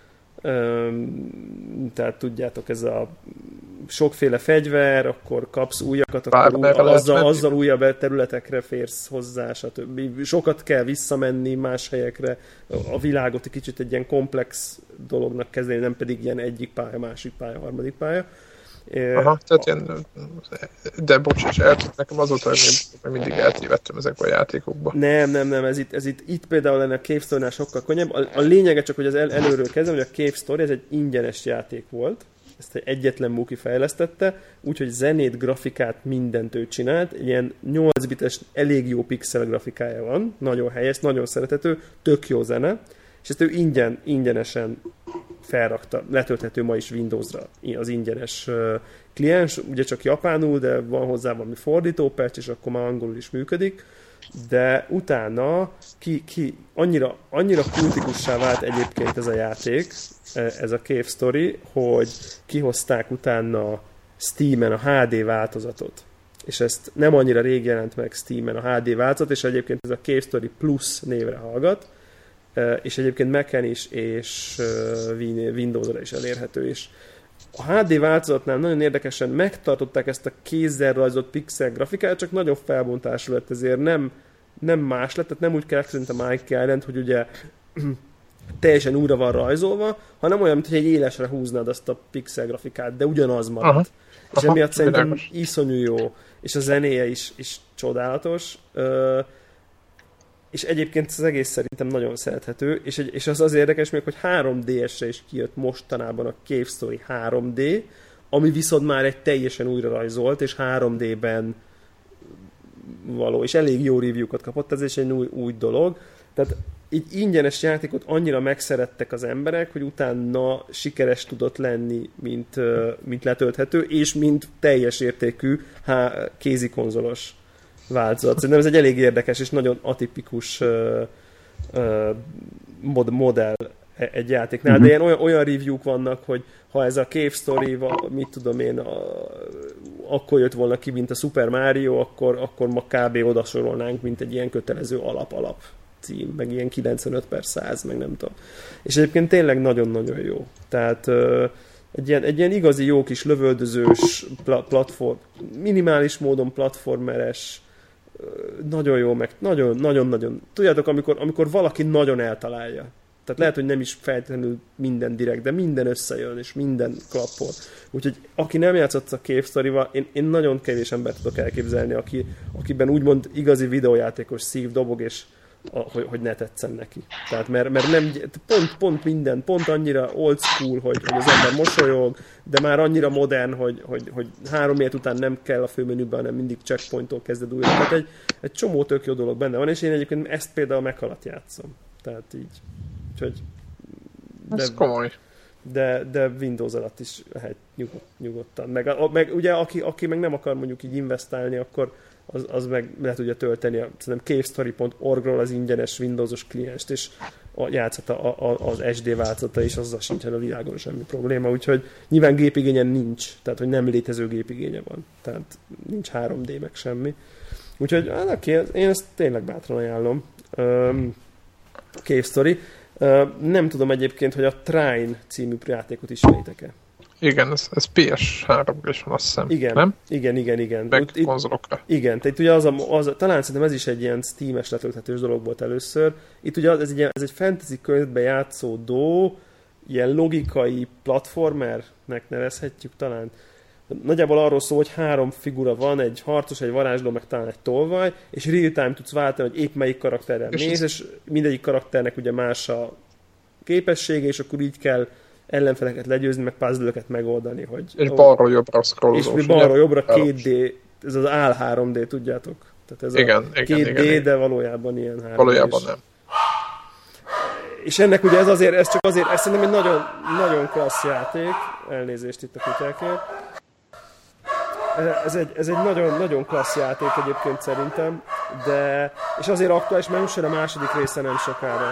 Tehát tudjátok, ez a sokféle fegyver, akkor kapsz újakat, akkor azzal újabb területekre férsz hozzá, stb. Sokat kell visszamenni más helyekre, a világot egy kicsit egy ilyen komplex dolognak kezelni, nem pedig ilyen egyik pálya, másik pálya, harmadik pálya. Aha, tehát ilyen, de bocs, nekem azóta mindig eltévedtem ezekben a játékokban. Nem, ez itt például lenne a Cave Story-nál sokkal könnyebb. A lényege csak, hogy az előről kezdem, hogy a Cave Story ez egy ingyenes játék volt, ezt egyetlen Muki fejlesztette, úgyhogy zenét, grafikát, mindent ő csinált, ilyen 8 bites, elég jó pixel grafikája van, nagyon helyes, nagyon szerethető, tök jó zene, és ezt ő ingyenesen felrakta, letölthető ma is Windowsra az ingyenes kliens, ugye csak japánul, de van hozzá valami fordítóperc, és akkor már angolul is működik, de utána annyira kultikussá vált egyébként ez a játék, ez a Cave Story, hogy kihozták utána Steamen a HD változatot. És ezt nem annyira rég jelent meg Steamen a HD változat, és egyébként ez a Cave Story Plus névre hallgat, és egyébként Mac-en is, és Windows-ra is elérhető. És a HD változatnál nagyon érdekesen megtartották ezt a kézzel rajzolt pixel grafikát, csak nagyobb felbontású lett, ezért nem más lett, tehát nem úgy kell szerintem a Mike Island, hogy ugye teljesen újra van rajzolva, hanem olyan, mint hogy egy élesre húznád azt a pixel grafikát, de ugyanaz maradt. És emiatt szerintem iszonyú jó, és a zenéje is csodálatos, és egyébként az egész szerintem nagyon szerethető, és az érdekes még, hogy 3DS-re is kijött mostanában a Cave Story 3D, ami viszont már egy teljesen újra rajzolt, és 3D-ben való, és elég jó review-kat kapott, ez is egy új dolog. Tehát így ingyenes játékot annyira megszerettek az emberek, hogy utána sikeres tudott lenni, mint letölthető, és mint teljes értékű kézikonzolos változat. Szerintem ez egy elég érdekes és nagyon atipikus modell egy játéknál, de ilyen olyan review-k vannak, hogy ha ez a Cave Story, mit tudom én, akkor jött volna ki, mint a Super Mario, akkor ma kb. Oda sorolnánk, mint egy ilyen kötelező alap cím, meg ilyen 95/100, meg nem tudom. És egyébként tényleg nagyon-nagyon jó. Tehát egy ilyen igazi jó kis lövöldözős platform, minimális módon platformeres, nagyon jó, meg nagyon-nagyon. Tudjátok, amikor valaki nagyon eltalálja. Tehát lehet, hogy nem is feltétlenül minden direkt, de minden összejön, és minden klappol. Úgyhogy aki nem játszott a Cave Story-val, én nagyon kevés embert tudok elképzelni, akiben úgymond igazi videójátékos szív dobog, és hogy ne tetszen neki. Tehát mert nem, pont minden, pont annyira old school, hogy az ember mosolyog, de már annyira modern, hogy 3 év után nem kell a főmenüben, hanem mindig checkpointtól kezded újra. Tehát egy csomó tök jó dolog benne van, és én egyébként ezt például meg alatt játszom. Tehát így. Úgyhogy, ez komoly. De Windows alatt is lehet nyugodtan. Meg ugye aki meg nem akar mondjuk így investálni, akkor az meg le tudja tölteni szerintem cavestory.org-ról az ingyenes Windowsos klienst, és játszata az SD változata, és azzal sincsen a világon semmi probléma, úgyhogy nyilván gépigényen nincs, tehát hogy nem létező gépigénye van, tehát nincs 3D meg semmi. Úgyhogy én ezt tényleg bátran ajánlom. Cave Story. Nem tudom egyébként, hogy a Trine című játékot ismeritek-e? Igen, ez PS3-ra is van, azt hiszem. Igen, nem? Igen. Meg konzolokra. Igen, tehát ugye talán szerintem ez is egy ilyen Steam-es letölthetős dolog volt először. Itt ugye ez egy fantasy környezetben játszódó, ilyen logikai platformernek nevezhetjük talán. Nagyjából arról szól, hogy 3 figura van, egy harcos, egy varázsló, meg talán egy tolvaj, és real-time tudsz váltani, hogy épp melyik karakterrel mész, és mindegyik karakternek ugye más a képessége, és akkor így kell ellenfeleket legyőzni, meg puzzle-öket megoldani. És balról jobbra scrollozós. És balról jobbra 2D, ez az áll 3D, tudjátok? Tehát ez igen, a 2D, igen. De valójában ilyen 3D. Valójában nem. És ennek ugye ez szerintem egy nagyon, nagyon klassz játék, elnézést itt a kutyákért. Ez egy nagyon, nagyon klassz játék egyébként szerintem, és azért aktuális, mert most a második része nem sokára.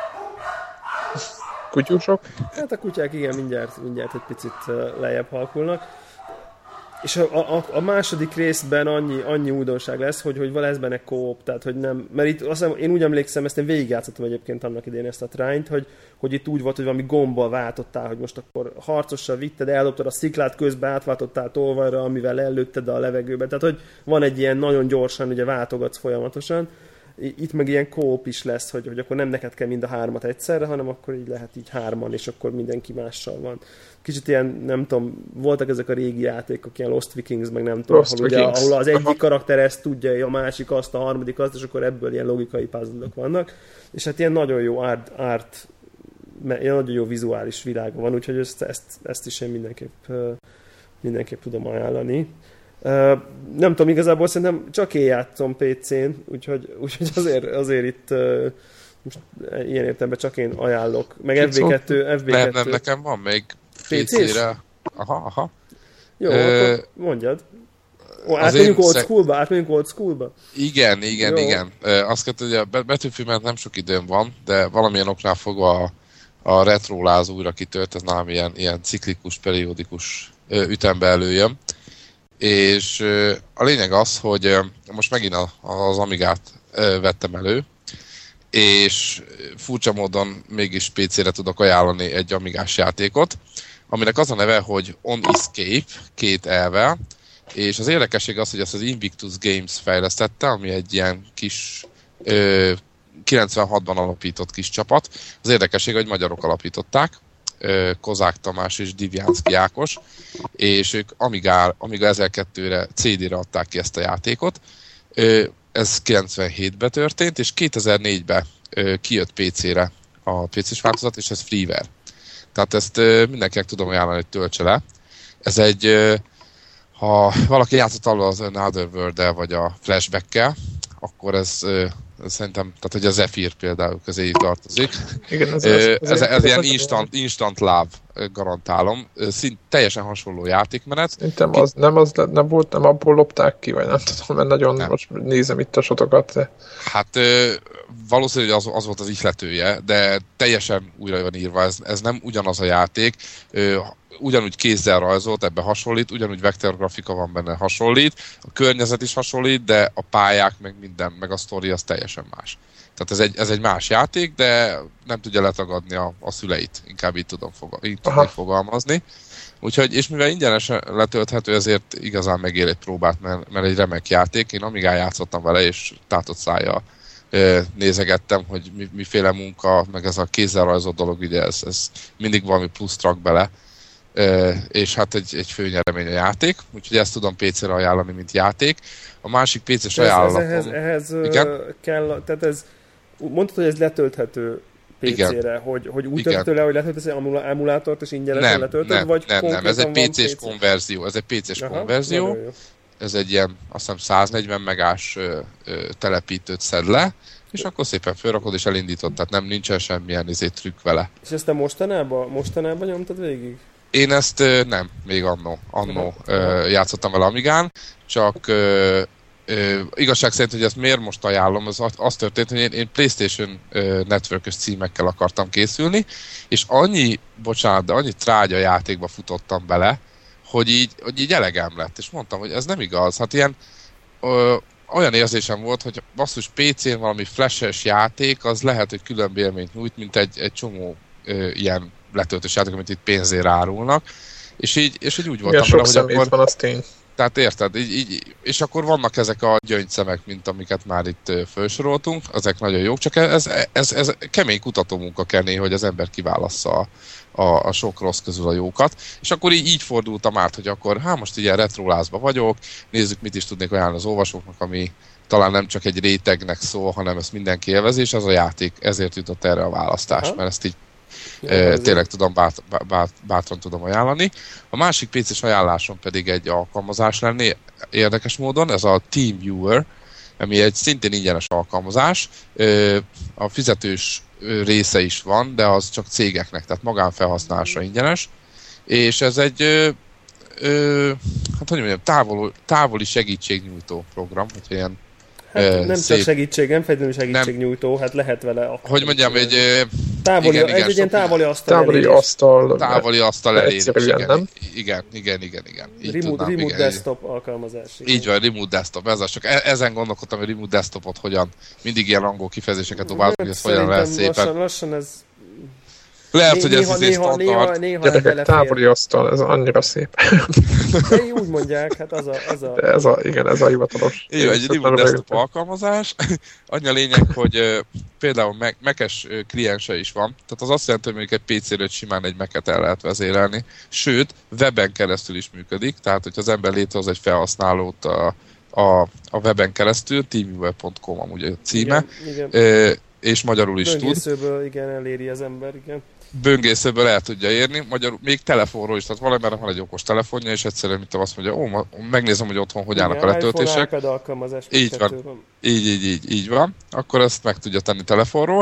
Kutyusok? Hát a kutyák igen, mindjárt egy picit lejjebb halkulnak. És a második részben annyi újdonság lesz, hogy lesz benne co-op, tehát hogy nem, mert itt azt hiszem, én úgy emlékszem, ezt én végigjátszottam egyébként annak idején ezt a Trine-t, hogy itt úgy volt, hogy valami gombbal váltottál, hogy most akkor harcossal vitted, eldobtad a sziklát, közben átváltottál tolvajra, amivel ellőtted a levegőbe. Tehát, hogy van egy ilyen nagyon gyorsan, ugye váltogatsz folyamatosan. Itt meg ilyen co-op is lesz, hogy akkor nem neked kell mind a 3-at egyszerre, hanem akkor így lehet így 3-an, és akkor mindenki mással van. Kicsit ilyen, nem tudom, voltak ezek a régi játékok, ilyen Lost Vikings, meg nem tudom, ahol az egyik karakter ezt tudja, a másik azt, a harmadik azt, és akkor ebből ilyen logikai puzzle-ok vannak. És hát ilyen nagyon jó art ilyen nagyon jó vizuális világa van, úgyhogy ezt is én mindenképp tudom ajánlani. Nem tudom, igazából szerintem csak én játszom PC-n, úgyhogy azért itt most ilyen értelemben csak én ajánlok. Meg FB2. Nem, nekem van még PC-re. Aha. Jó, akkor mondjad. Átmegyünk old schoolba? Igen. Azt kell, hogy a Battlefield nem sok időm van, de valamilyen oknál fogva a retroláz újra kitört, ez nálam ilyen ciklikus, periódikus ütembe előjön. És a lényeg az, hogy most megint az Amigát vettem elő, és furcsa módon mégis PC-re tudok ajánlani egy Amigás játékot, aminek az a neve, hogy On Escape, 2 elvel, és az érdekesség az, hogy ezt az Invictus Games fejlesztette, ami egy ilyen kis 96-ban alapított kis csapat. Az érdekesség, hogy magyarok alapították, Kozák Tamás és Divjánszki Ákos, és ők Amiga 1002-re CD-re adták ki ezt a játékot. Ez 97-ben történt, és 2004-ben kijött PC-re a PC-s változat, és ez freeware. Tehát ezt mindenkinek tudom ajánlani, hogy töltse le. Ez egy, ha valaki játszott alul az Another World-el, vagy a Flashback-kel, akkor ez szerintem, tehát hogy a Zephyr például közé tartozik. Igen, ez ilyen instant love, garantálom. Teljesen hasonló játékmenet. Szerintem nem abból lopták ki, vagy nem tudom, mert nagyon nem. Most nézem itt a sotokat. De... Hát valószínűleg az volt az ihletője, de teljesen újra van írva. Ez nem ugyanaz a játék. Ugyanúgy kézzel rajzolt, ebben hasonlít, ugyanúgy vektorgrafika van benne, hasonlít, a környezet is hasonlít, de a pályák, meg minden, meg a sztori az teljesen más. Tehát ez egy más játék, de nem tudja letagadni a szüleit, inkább így tudom fogalmazni. Úgyhogy, és mivel ingyenesen letölthető, ezért igazán megér egy próbát, mert egy remek játék. Én amíg játszottam vele, és tátott szájjal nézegettem, hogy miféle munka, meg ez a kézzel rajzolt dolog, ugye ez mindig valami plusz rak bele. És hát egy főnyeremény a játék, úgyhogy ezt tudom PC-re ajánlani, mint játék. A másik PC-s ajánlatom... Ehhez kell, tehát mondtad, hogy ez letölthető PC-re, hogy úgy töltöd le, hogy letöltesz egy emulátort, és ingyenesen letöltöd, vagy nem, ez egy PC-s konverzió. Ez egy PC-s konverzió. Ez egy ilyen, azt hiszem 140 megás telepítőt szed le, és akkor szépen felrakod és elindítod, tehát nincsen semmilyen trükk vele. És ezt te mostanában nyomtad végig? Én ezt nem, még annó játszottam vele Amigán, csak igazság szerint, hogy ezt miért most ajánlom, az történt, hogy én PlayStation Network-ös címekkel akartam készülni, és annyi trágya játékba futottam bele, hogy így elegem lett, és mondtam, hogy ez nem igaz. Hát ilyen olyan érzésem volt, hogy basszus PC-n valami flash-es játék, az lehet, hogy külön élményt nyújt, mint egy csomó ilyen letöltős játék, amit itt pénzért árulnak, és így úgy voltam vele, hogy akkor... van, az tény. Tehát érted? És akkor vannak ezek a gyöngyszemek, mint amiket már itt felsoroltunk, ezek nagyon jók, csak ez kemény kutatómunka kell, hogy az ember kiválassza a sok rossz közül a jókat. És akkor így fordultam át, hogy akkor most ilyen retrólázba vagyok, nézzük, mit is tudnék ajánlani az olvasóknak, ami talán nem csak egy rétegnek szól, hanem ezt mindenki élvezi, és ez a játék ezért jutott erre a választás, mert ezt így tényleg bátran tudom ajánlani. A másik PC-s ajánlásom pedig egy alkalmazás lenni érdekes módon, ez a TeamViewer, ami egy szintén ingyenes alkalmazás. A fizetős része is van, de az csak cégeknek, tehát magánfelhasználásra ingyenes. És ez egy hát hogy mondjam, távoli segítségnyújtó program, hogy ilyen nem csak segítség, nem feltétlenül segítségnyújtó, hát lehet vele... Hogy mondjam, egy... egy ilyen távoli asztal elérés. Igen. Remote desktop alkalmazás. Így van, remote desktop. Csak ezen gondolkodtam, hogy remote desktopot hogyan, mindig ilyen angol kifejezéseket dobálunk, hogy ez hogyan lehet szépen. Lassan ez... Lehet, hogy ez is standard. Gyerekek, távoli asztal, ez annyira szép. De úgy mondják, hát az a... Igen, ez a hivatalos. Jó, egy remote desktop alkalmazás. Annyi a lényeg, hogy például Mac-es kliense is van. Tehát az azt jelenti, hogy mondjuk egy PC-ről simán egy Mac-et el lehet vezérelni. Sőt, weben keresztül is működik. Tehát, hogyha az ember létrehoz egy felhasználót a weben keresztül, teamviewer.com amúgy a címe. Igen. És magyarul is tud. Böngészőből igen, eléri az ember, igen. Böngészőből el tudja érni, magyarul még telefonról is, tehát valamerre van egy okos telefonja, és egyszerűen mint azt mondja, megnézem, hogy otthon hogy állnak a letöltések. iPhone, alkalmazás. Így van. Így van. Akkor ezt meg tudja tenni telefonról.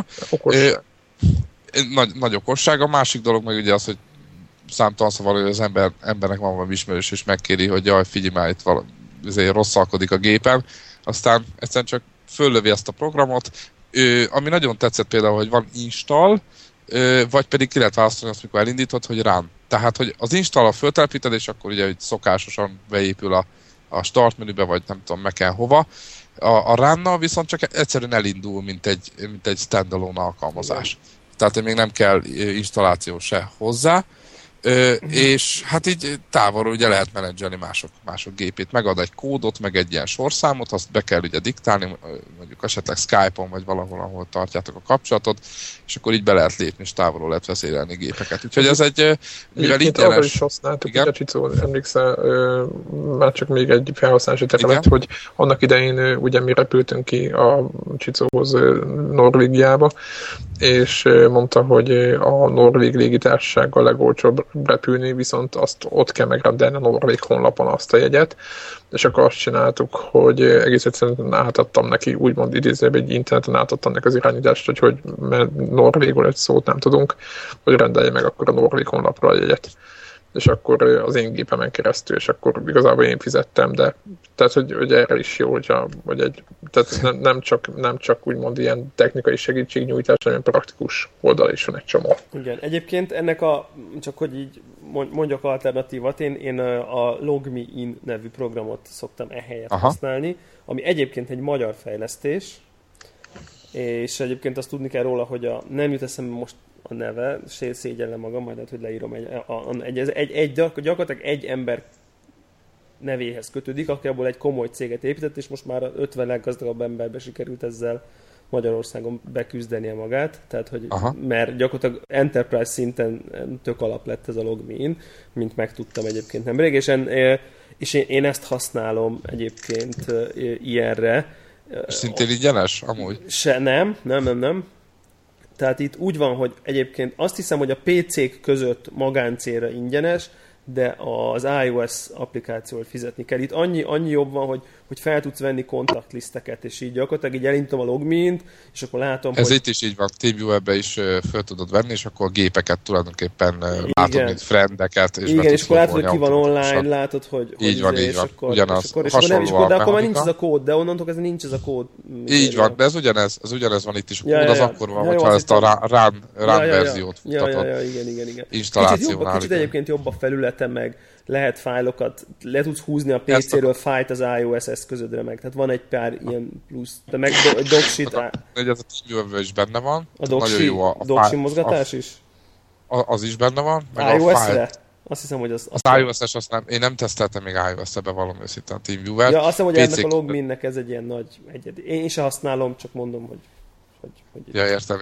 Nagy okosság. A másik dolog meg ugye az, hogy számtalan szóval, hogy az embernek van valami ismerős, és megkéri, hogy jaj, figyelj már, itt valami rosszalkodik a gépen. Aztán egyszerűen csak föllövi ezt a programot. Ami nagyon tetszett például, hogy van install, vagy pedig ki lehet választani azt, mikor elindítod, hogy run. Tehát, hogy az install-a föltelepíted, és akkor ugye hogy szokásosan beépül a start menübe, vagy nem tudom, Mac-en hova. A run-nal viszont csak egyszerűen elindul, mint egy standalone alkalmazás. Tehát, hogy még nem kell installáció se hozzá. És hát így távolról ugye lehet menedzselni mások gépét. Megad egy kódot, meg egy ilyen sorszámot, azt be kell ugye diktálni, mondjuk esetleg Skype-on, vagy valahol, ahol tartjátok a kapcsolatot, és akkor így be lehet lépni, és távolról lehet vezérelni gépeket. Úgyhogy ez egy... Mivel itt arra is használtuk, ugye Csicó, emlékszel, már csak még egy felhasználási terület, hogy annak idején ugye mi repültünk ki a Csicóhoz Norvégiába, és mondta, hogy a norvég légitársaság a legolcsóbb repülni, viszont azt ott kell megrendelni a norvég honlapon azt a jegyet, és akkor azt csináltuk, hogy egész egyszerűen átadtam neki, úgymond idézőben egy interneten átadtam neki az irányítást, hogy mert norvégul egy szót nem tudunk, hogy rendelje meg akkor a norvég honlapra a jegyet. És akkor az én gépemen keresztül, és akkor igazából én fizettem, de tehát, hogy erre is jó, tehát nem csak úgymond ilyen technikai segítségnyújtás, hanem praktikus oldal is van egy csomó. Igen, egyébként ennek csak hogy így mondjak alternatívat, én a LogMeIn nevű programot szoktam ehelyett használni, ami egyébként egy magyar fejlesztés, és egyébként azt tudni kell róla, hogy nem jut eszembe most a neve, szégyellem magam, majd lehet, hogy leírom gyakorlatilag egy ember nevéhez kötődik, aki abból egy komoly céget épített, és most már a 50 leggazdagabb emberbe sikerült ezzel Magyarországon beküzdenie magát, tehát hogy mert gyakorlatilag enterprise szinten tök alap lett ez a LogMeIn, mint megtudtam egyébként nemrég, és én ezt használom egyébként ilyenre, Szintén ingyenes, amúgy? Nem. Tehát itt úgy van, hogy egyébként azt hiszem, hogy a PC-k között magáncélra ingyenes, de az iOS applikációt fizetni kell. Itt annyi jobb van, hogy fel tudsz venni kontaktlisteket, és így gyakorlatilag így elindítom a logmint, és akkor látom, ez itt is így van, TeamViewer-be is fel tudod venni, és akkor a gépeket tulajdonképpen látod, mint friendeket. És igen, és akkor látod, hogy ki van online, látod, hogy így van. Ugyanaz, hasonló de akkor már nincs ez a kód, de onnantól kezdve nincs ez a kód. Így van, de ez ugyanez van itt is. A kód az akkor van, hogyha ezt a run verziót futatod. Igen. Installációnál. Kicsit egyébként jobb a felülete, meg lehet fájlokat, le tudsz húzni a PC-ről fájlt az iOS eszközödre meg. Tehát van egy pár ilyen plusz, de meg egy docsit rá. Ez a TeamViewer is benne van. A docsi mozgatás is? Az is benne van. iOS-re? Azt hiszem, hogy az iOS-es, azt nem, én nem teszteltem még iOS-re, bevallom őszintén a TeamViewer-t. Ja, azt hiszem, hogy ennek a logminnek ez egy ilyen nagy egyedi. Én se használom, csak mondom, hogy ja, értem.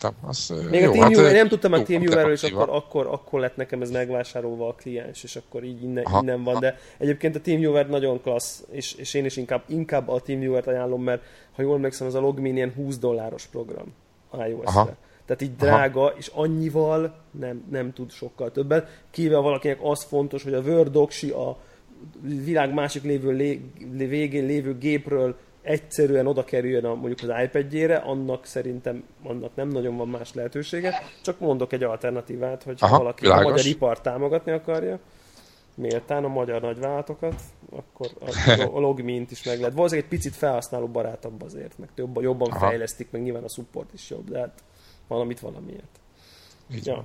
Még jó, a TeamViewer, nem tudtam a TeamViewer-ről, és akkor lett nekem ez megvásárolva a kliens, és akkor így innen van, de egyébként a TeamViewer nagyon klassz, és én is inkább a TeamViewer-t ajánlom, mert ha jól emlékszem, az a logmin ilyen $20 program iOS-re. Tehát így drága, és annyival nem tud sokkal többet. Kivéve valakinek az fontos, hogy a Word doksi a világ másik végén lévő gépről egyszerűen oda kerüljön mondjuk az iPad-jére, annak szerintem nem nagyon van más lehetősége. Csak mondok egy alternatívát, hogy ha valaki a magyar ipart támogatni akarja, méltán a magyar nagyvállalatokat, akkor a logmint is meg lehet. Valószínűleg egy picit felhasználó barátabb azért, meg jobban fejlesztik, meg nyilván a support is jobb, de hát valamiért. Ja.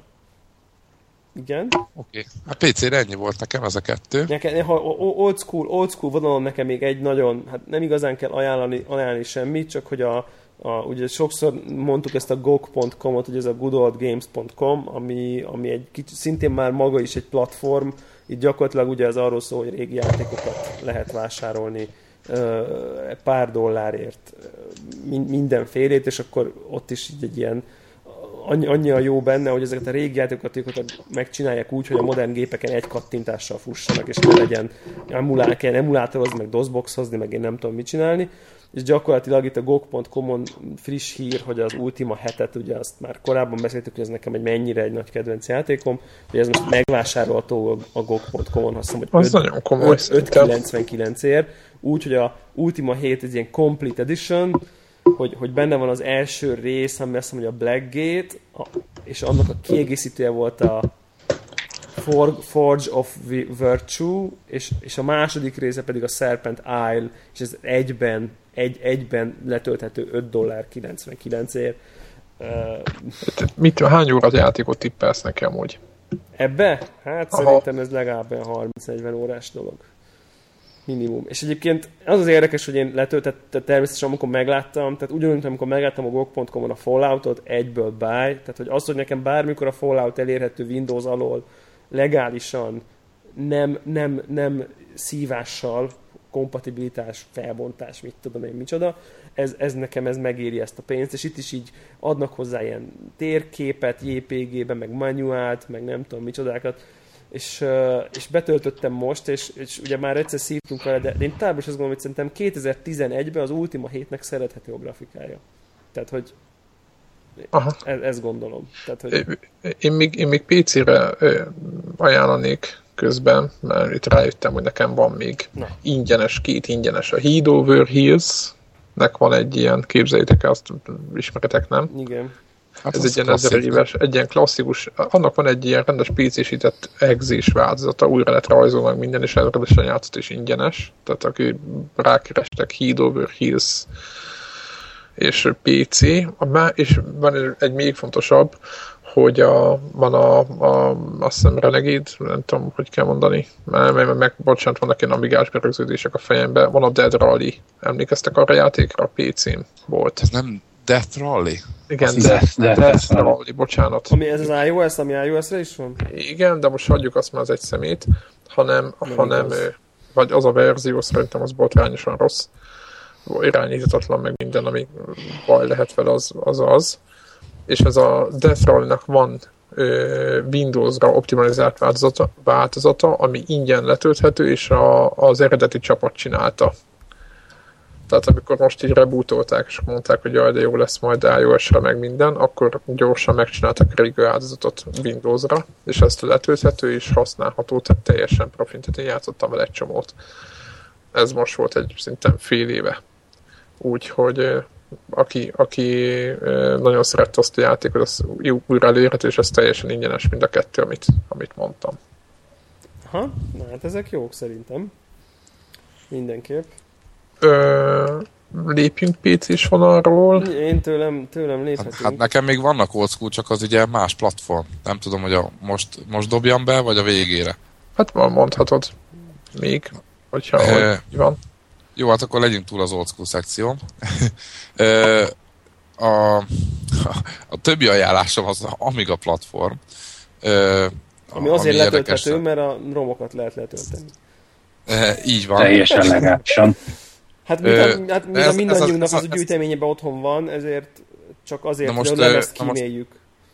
Igen. Oké. A PC-re ennyi volt nekem, ez a kettő. Ha old school vonalon nekem még egy nagyon, hát nem igazán kell ajánlani semmit, csak hogy ugye sokszor mondtuk ezt a GOG.com-ot, hogy ez a goodoldgames.com, ami egy kicsit, szintén már maga is egy platform, itt gyakorlatilag ugye ez arról szól, hogy régi játékokat lehet vásárolni pár dollárért mindenfélét, és akkor ott is így egy ilyen annyi a jó benne, hogy ezeket a régi játékokat megcsinálják úgy, hogy a modern gépeken egy kattintással fussanak, és ne legyen emulátorozni, meg DOSBox-hozni, meg én nem tudom mit csinálni. És gyakorlatilag itt a GOG.com-on friss hír, hogy az Ultima 7-et, ugye azt már korábban beszéltük, hogy ez nekem mennyire egy nagy kedvenc játékom, hogy ez most megvásárolható a GOG.com-on, azt hiszem, hogy 5,99-ért, úgyhogy a Ultima 7 egy ilyen Complete Edition, hogy benne van az első rész, ami azt mondja, hogy a Blackgate, és annak a kiegészítője volt a Forge of Virtue, és a második része pedig a Serpent Isle, és ez egyben letölthető $5.99-ért. Hány órát játékot tippelsz nekem úgy? Ebbe? Hát szerintem ez legalább 30-40 órás dolog. Minimum. És egyébként az érdekes, hogy én letöltettem természetesen, amikor megláttam, tehát ugyanúgy, amikor megláttam a GOG.com-on a Falloutot, egyből buy, tehát hogy az, hogy nekem bármikor a Fallout elérhető Windows alól legálisan, nem szívással, kompatibilitás, felbontás, mit tudom én, micsoda, ez nekem megéri ezt a pénzt, és itt is így adnak hozzá ilyen térképet, JPG-be, meg manuált, meg nem tudom micsodákat, és betöltöttem most, és ugye már egyszer szívtunk vele, de én tovább is azt gondolom, hogy szerintem 2011-ben az Ultima 7-nek szerethető a grafikája. Tehát, hogy ezt gondolom. Tehát, hogy... Én még PC-re ajánlanék közben, mert itt rájöttem, hogy nekem van még két ingyenes. A Heat Over Heels-nek van egy ilyen, képzeljétek el, azt ismeretek, nem? Igen. Hát ez egy ilyen 1000 éves, egy ilyen klasszikus, annak van egy ilyen rendes PC-sített exis változata, újra lett rajzol meg minden, és rendesen játszott és ingyenes. Tehát aki rákerestek Heat Over Heels és PC, és van egy még fontosabb, hogy van azt hiszem Renegade, nem tudom, hogy kell mondani, mert bocsánat, vannak ilyen amigás berögződések a fejemben, van a Dead Rally. Emlékeztek arra a játékra? A PC-n volt. Ez nem Death Rally? Igen, Death Rally, bocsánat. Ami ez az iOS, ami iOS-re is van? Igen, de most hagyjuk azt már az egy szemét, hanem vagy az a verzió, szerintem az botrányosan rossz, irányíthatatlan meg minden, ami baj lehet vele, az. És ez a Death Rally-nak van Windows-ra optimalizált változata, ami ingyen letölthető, és az eredeti csapat csinálta. Tehát amikor most így rebootolták, és mondták, hogy jaj, de jó lesz majd iOS-re meg minden, akkor gyorsan megcsináltak régi áldozatot Windowsra, és ezt letölthető és használható, tehát teljesen profin, tehát én játszottam vele egy csomót. Ez most volt egy szinten fél éve. Úgyhogy aki nagyon szerette azt a játékot, az újra elérhető, és ez teljesen ingyenes mind a kettő, amit mondtam. Aha, na hát ezek jók szerintem. Mindenképp. Lépjünk PC-s vonalról. Én tőlem léphetünk. Hát nekem még vannak old school, csak az ugye más platform. Nem tudom, hogy most dobjam be, vagy a végére. Hát mondhatod még, hogyha hogy van. Jó, hát akkor legyünk túl az old school szekción. A többi ajánlásom az Amiga platform. Ami azért letölthető, mert a romokat lehet letölteni. Így van. Teljesen legálisan. Hát mindannyiunknak az gyűjteményében otthon van, ezért csak azért, hogy nem ezt kíméljük.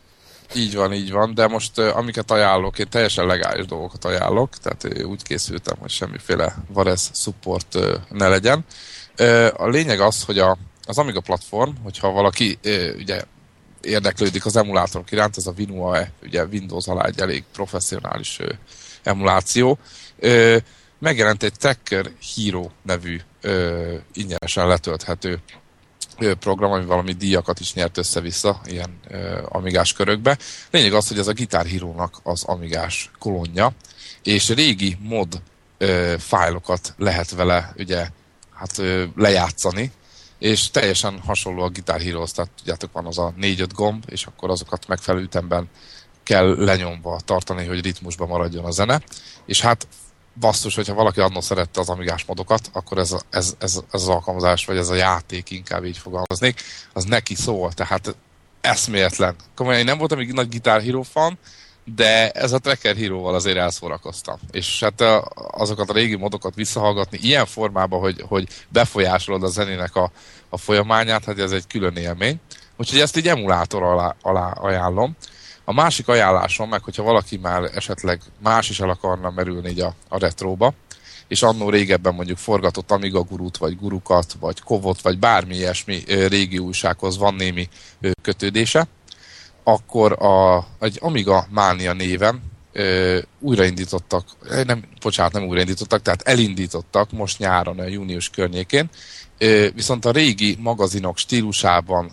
Így van, de most amiket ajánlok, én teljesen legális dolgokat ajánlok, tehát úgy készültem, hogy semmiféle Varez support ne legyen. A lényeg az, hogy az Amiga platform, hogyha valaki ugye érdeklődik az emulátorok iránt, ez a WinUAE, ugye Windows alá egy elég professzionális emuláció, megjelent egy Tracker Hero nevű ingyenesen letölthető program, ami valami díjakat is nyert össze-vissza ilyen amigás körökbe. Lényeg az, hogy ez a Guitar Hero-nak az amigás kolonja, és régi mod fájlokat lehet vele ugye lejátszani, és teljesen hasonló a Guitar Hero-hoz, tehát tudjátok, van az a 4-5 gomb, és akkor azokat megfelelő ütemben kell lenyomva tartani, hogy ritmusban maradjon a zene, és hát basszus, hogyha valaki annól szerette az amigás modokat, akkor ez az alkalmazás, vagy ez a játék, inkább így fogalmaznék, az neki szól, tehát eszméletlen. Komolyan én nem voltam egy nagy Guitar Hero fan, de ez a Tracker Hero-val azért elszórakoztam. És hát azokat a régi modokat visszahallgatni ilyen formában, hogy befolyásolod a zenének a folyamányát, hát ez egy külön élmény. Úgyhogy ezt így emulátor alá ajánlom. A másik ajánlásom meg, hogyha valaki már esetleg más is el akarna merülni így a retróba, és annó régebben mondjuk forgatott Amiga Gurút, vagy Gurukat, vagy Kovot, vagy bármi ilyesmi régi újsághoz van némi kötődése, akkor egy Amiga Mania néven újraindítottak, nem újraindítottak, tehát elindítottak most nyáron, a június környékén, viszont a régi magazinok stílusában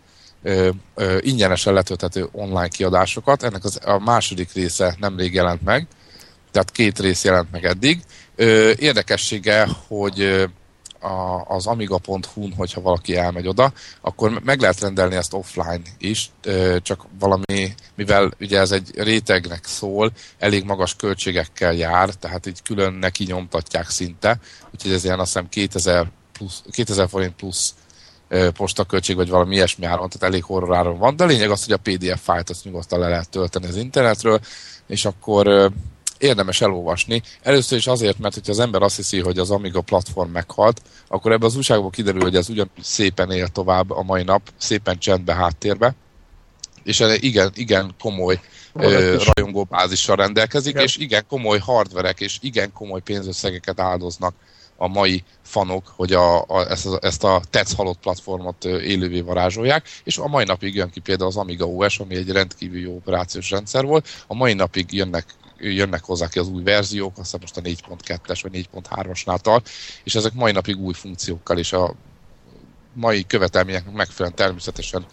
ingyenesen letölthető online kiadásokat. Ennek a második része nemrég jelent meg, tehát 2 rész jelent meg eddig. Érdekessége, hogy az amiga.hu-n, hogyha valaki elmegy oda, akkor meg lehet rendelni ezt offline is, csak valami, mivel ugye ez egy rétegnek szól, elég magas költségekkel jár, tehát így külön neki nyomtatják szinte, úgyhogy ez ilyen azt hiszem 2000 forint plusz postaköltség, vagy valami ilyesmi áron, tehát elég horror áron van, de a lényeg az, hogy a PDF fájlt azt nyugodtan le lehet tölteni az internetről, és akkor érdemes elolvasni. Először is azért, mert hogyha az ember azt hiszi, hogy az Amiga platform meghalt, akkor ebben az újságból kiderül, hogy ez ugyanúgy szépen él tovább a mai nap, szépen csendbe háttérbe, és igen komoly rajongóbázissal rendelkezik, igen. És igen komoly hardverek, és igen komoly pénzösszegeket áldoznak a mai fanok, hogy ezt a TEC halott platformot élővé varázsolják, és a mai napig jön ki például az Amiga OS, ami egy rendkívül jó operációs rendszer volt, a mai napig jönnek hozzá ki az új verziók, aztán most a 4.2-es vagy 4.3-asnál tart, és ezek mai napig új funkciókkal, és a mai követelményeknek megfelelően természetesen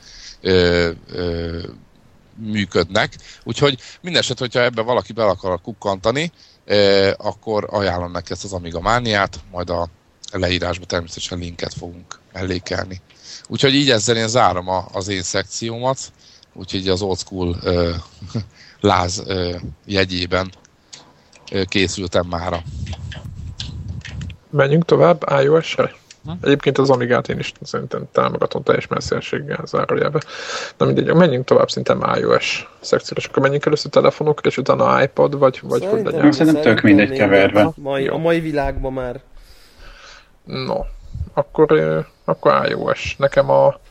működnek. Úgyhogy mindesetre, hogyha ebben valaki bele akar kukkantani, akkor ajánlom neki ezt az Amiga Mániát, majd a leírásba természetesen linket fogunk mellékelni. Úgyhogy így ezzel én zárom az én szekciómat, úgyhogy az old school láz jegyében készültem mára. Menjünk tovább iOS-re? Egyébként az Amigát én is szerintem támogatom teljes messzélséggel zárójelbe. Na mindegy, menjünk tovább szerintem iOS szekcióra, és akkor menjünk először telefonokra, és utána iPad, vagy hogy legyen? Szerintem tök mindegy keverve. A mai világban már. No, akkor iOS. Nekem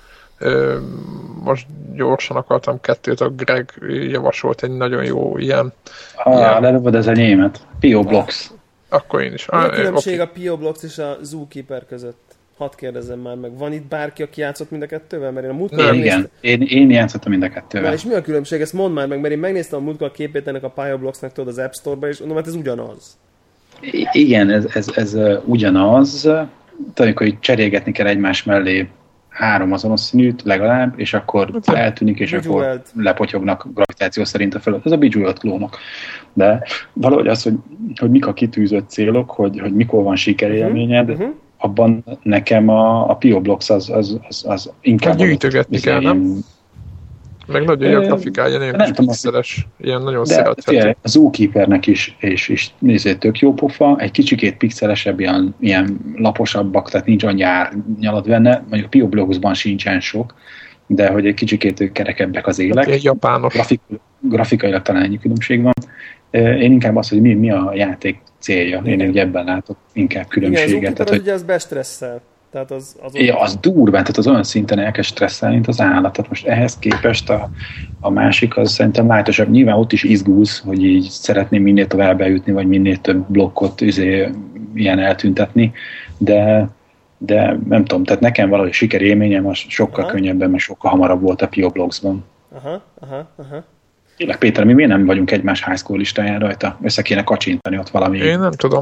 most gyorsan akartam kettőt, a Greg javasolt egy nagyon jó ilyen... Lelövöd ez a német. P.O. Blocks. Akkor én is. Mi a különbség a P.O. Blocks és a Zookeeper között? Hadd kérdezzem már meg, van itt bárki, aki játszott mind a kettővel? Mert én a múltkor igen, én játszottam mind a kettővel. Na, és mi a különbség? Ezt mondd már meg, mert én megnéztem a múltkor a képét ennek a Payablocksnak, tudod, az App Store-ba, és mondom, hát ez ugyanaz. Igen, ez ugyanaz. Tehát, hogy cserélgetni kell egymás mellé 3 azonos színűt legalább, és akkor eltűnik, és akkor lepotyognak gravitáció szerint a felett. Ez a Bejeweled klónok. De valahogy az, hogy mik a kitűzött célok, hogy mikor van sikerélményed, abban nekem a Pioblocks az inkább... Gyűjtögetni kell, nem? Meg nagyon jó grafikája, ilyen pixeles, ilyen nagyon szerethető. Az Zookeepernek is tök jó pofa, egy kicsikét pixelesebb, ilyen laposabbak, tehát nincs annyi árnyalat benne, mondjuk a Pioblocksban sincsen sok, de hogy egy kicsikét kerekebbek az élek. Egy japános. Grafikailag talán ennyi különbség van. Én inkább az, hogy mi a játék célja. Én ebben látok inkább különbséget. Igen, az Zookeeper az ugye az bestresszel. Tehát az durván, tehát az olyan szinten elkezd stresszelni, mint az állat. Tehát most ehhez képest a másik az szerintem lájtosabb. Nyilván ott is izgulsz, hogy így szeretném minél tovább bejutni, vagy minél több blokkot ilyen eltüntetni, de nem tudom, tehát nekem valahogy sikerélményem az sokkal könnyebben, mert sokkal hamarabb volt a Pioblocksban. Aha. Tényleg, Péter, mi miért nem vagyunk egymás high school listáján rajta? Össze kéne kacsintani ott valami... Én nem tudom.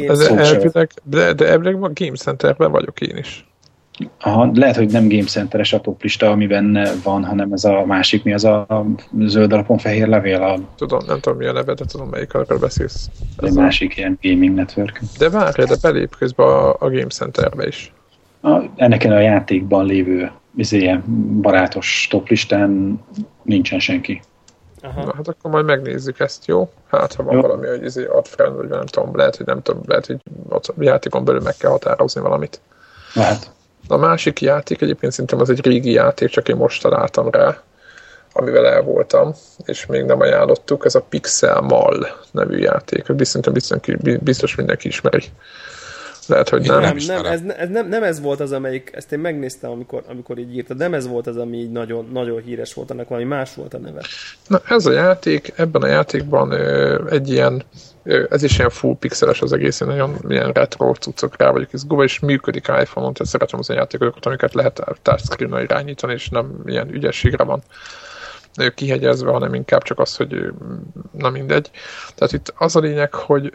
De elvileg a Game Centerben vagyok én is. Aha, lehet, hogy nem Game Center-es a toplista, amiben van, hanem ez a másik, mi az a zöld alapon fehér levél? Nem tudom mi a neve, de tudom melyik arról beszélsz. Ez másik ilyen gaming network. De várj, de belép közben a Game Centerbe is. Ennek a játékban lévő ilyen barátos toplistán nincsen senki. Aha. Na, hát akkor majd megnézzük ezt, jó? Hát, ha van valami, hogy ad friend, vagy nem tudom, lehet, hogy a játékon belül meg kell határozni valamit. Lehet. A másik játék egyébként szerintem az egy régi játék, csak én most találtam rá, amivel el voltam, és még nem ajánlottuk, ez a Pixel Mall nevű játék. Biztos mindenki ismeri. Lehet, hogy nem ez volt az, amelyik, ezt én megnéztem, amikor így írtad, nem ez volt az, ami így nagyon, nagyon híres volt, annak valami más volt a neve. Na, ez a játék, ebben a játékban egy ilyen, ez is ilyen full pixeles az egész, nagyon ilyen retro cuccok rá vagyok izgulva, és működik iPhone-on, tehát szeretem az a játékokat, amiket lehet touchscreen-nal irányítani, és nem ilyen ügyességre van kihegyezve, hanem inkább csak az, hogy na mindegy. Tehát itt az a lényeg, hogy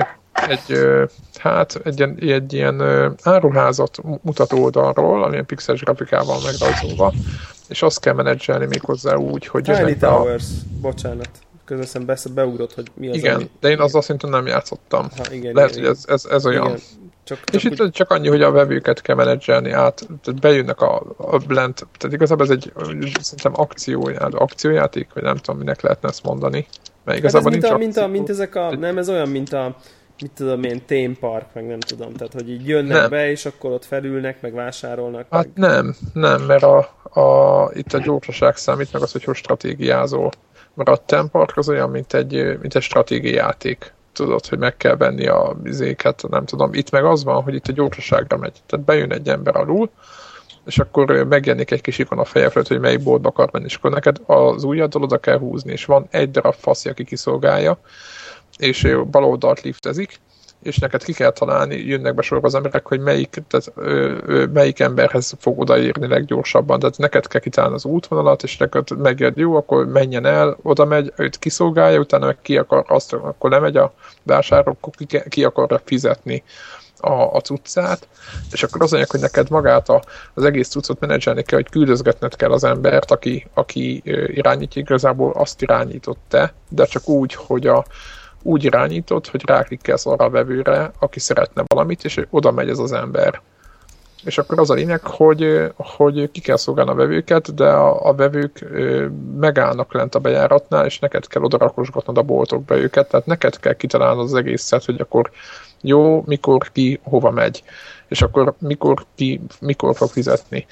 egy ilyen áruházat mutató oldalról, amilyen pixeles grafikával megrajzolva, és azt kell menedzselni méghozzá úgy, hogy... Tiny Towers, bocsánat, közösen beugrott, hogy mi az, igen, de én azzal szintén nem játszottam. Lehet, hogy ez olyan. Igen. És itt csak annyi, hogy a vevőket kell menedzselni át, tehát bejönnek a blend, tehát igazából ez egy szerintem akciójáték, vagy nem tudom, minek lehetne ezt mondani. Mert igazából mint ezek a, nem, ez olyan, mint a mit tudom én, theme park, meg nem tudom, tehát hogy így jönnek be, és akkor ott felülnek, meg vásárolnak. Hát meg... nem, mert itt a gyorsaság számít, meg az, hogy stratégiázol. Mert a theme park az olyan, mint egy stratégiai játék. Tudod, hogy meg kell venni a vizéket, nem tudom. Itt meg az van, hogy itt a gyorsaságra megy. Tehát bejön egy ember alul, és akkor megjelenik egy kis ikon a feje felett, hogy melyik boltba akar menni, és akkor neked az ujjaddal oda kell húzni, és van egy darab faszi, aki kiszolgálja, és bal oldalt liftezik, és neked ki kell találni, jönnek be sorba az emberek, hogy melyik emberhez fog odaérni leggyorsabban. Tehát neked kell kitalálni az útvonalat, és neked megjön, jó, akkor menjen el, oda megy, őt kiszolgálja, utána meg ki akar, akkor lemegy a vásárló, akkor ki akarja fizetni a cuccát, és akkor az mondják, hogy neked magát az egész cuccot menedzselni kell, hogy küldözgetned kell az embert, aki irányítja, igazából azt irányított te, de csak úgy, hogy úgy irányított, hogy ráklikkelsz arra a vevőre, aki szeretne valamit, és oda megy ez az ember. És akkor az a lényeg, hogy ki kell szolgálni a vevőket, de a vevők megállnak lent a bejáratnál, és neked kell oda rakosgatnod a boltokba őket, tehát neked kell kitalálnod az egészet, hogy akkor jó, mikor ki, hova megy, és akkor mikor fog fizetni.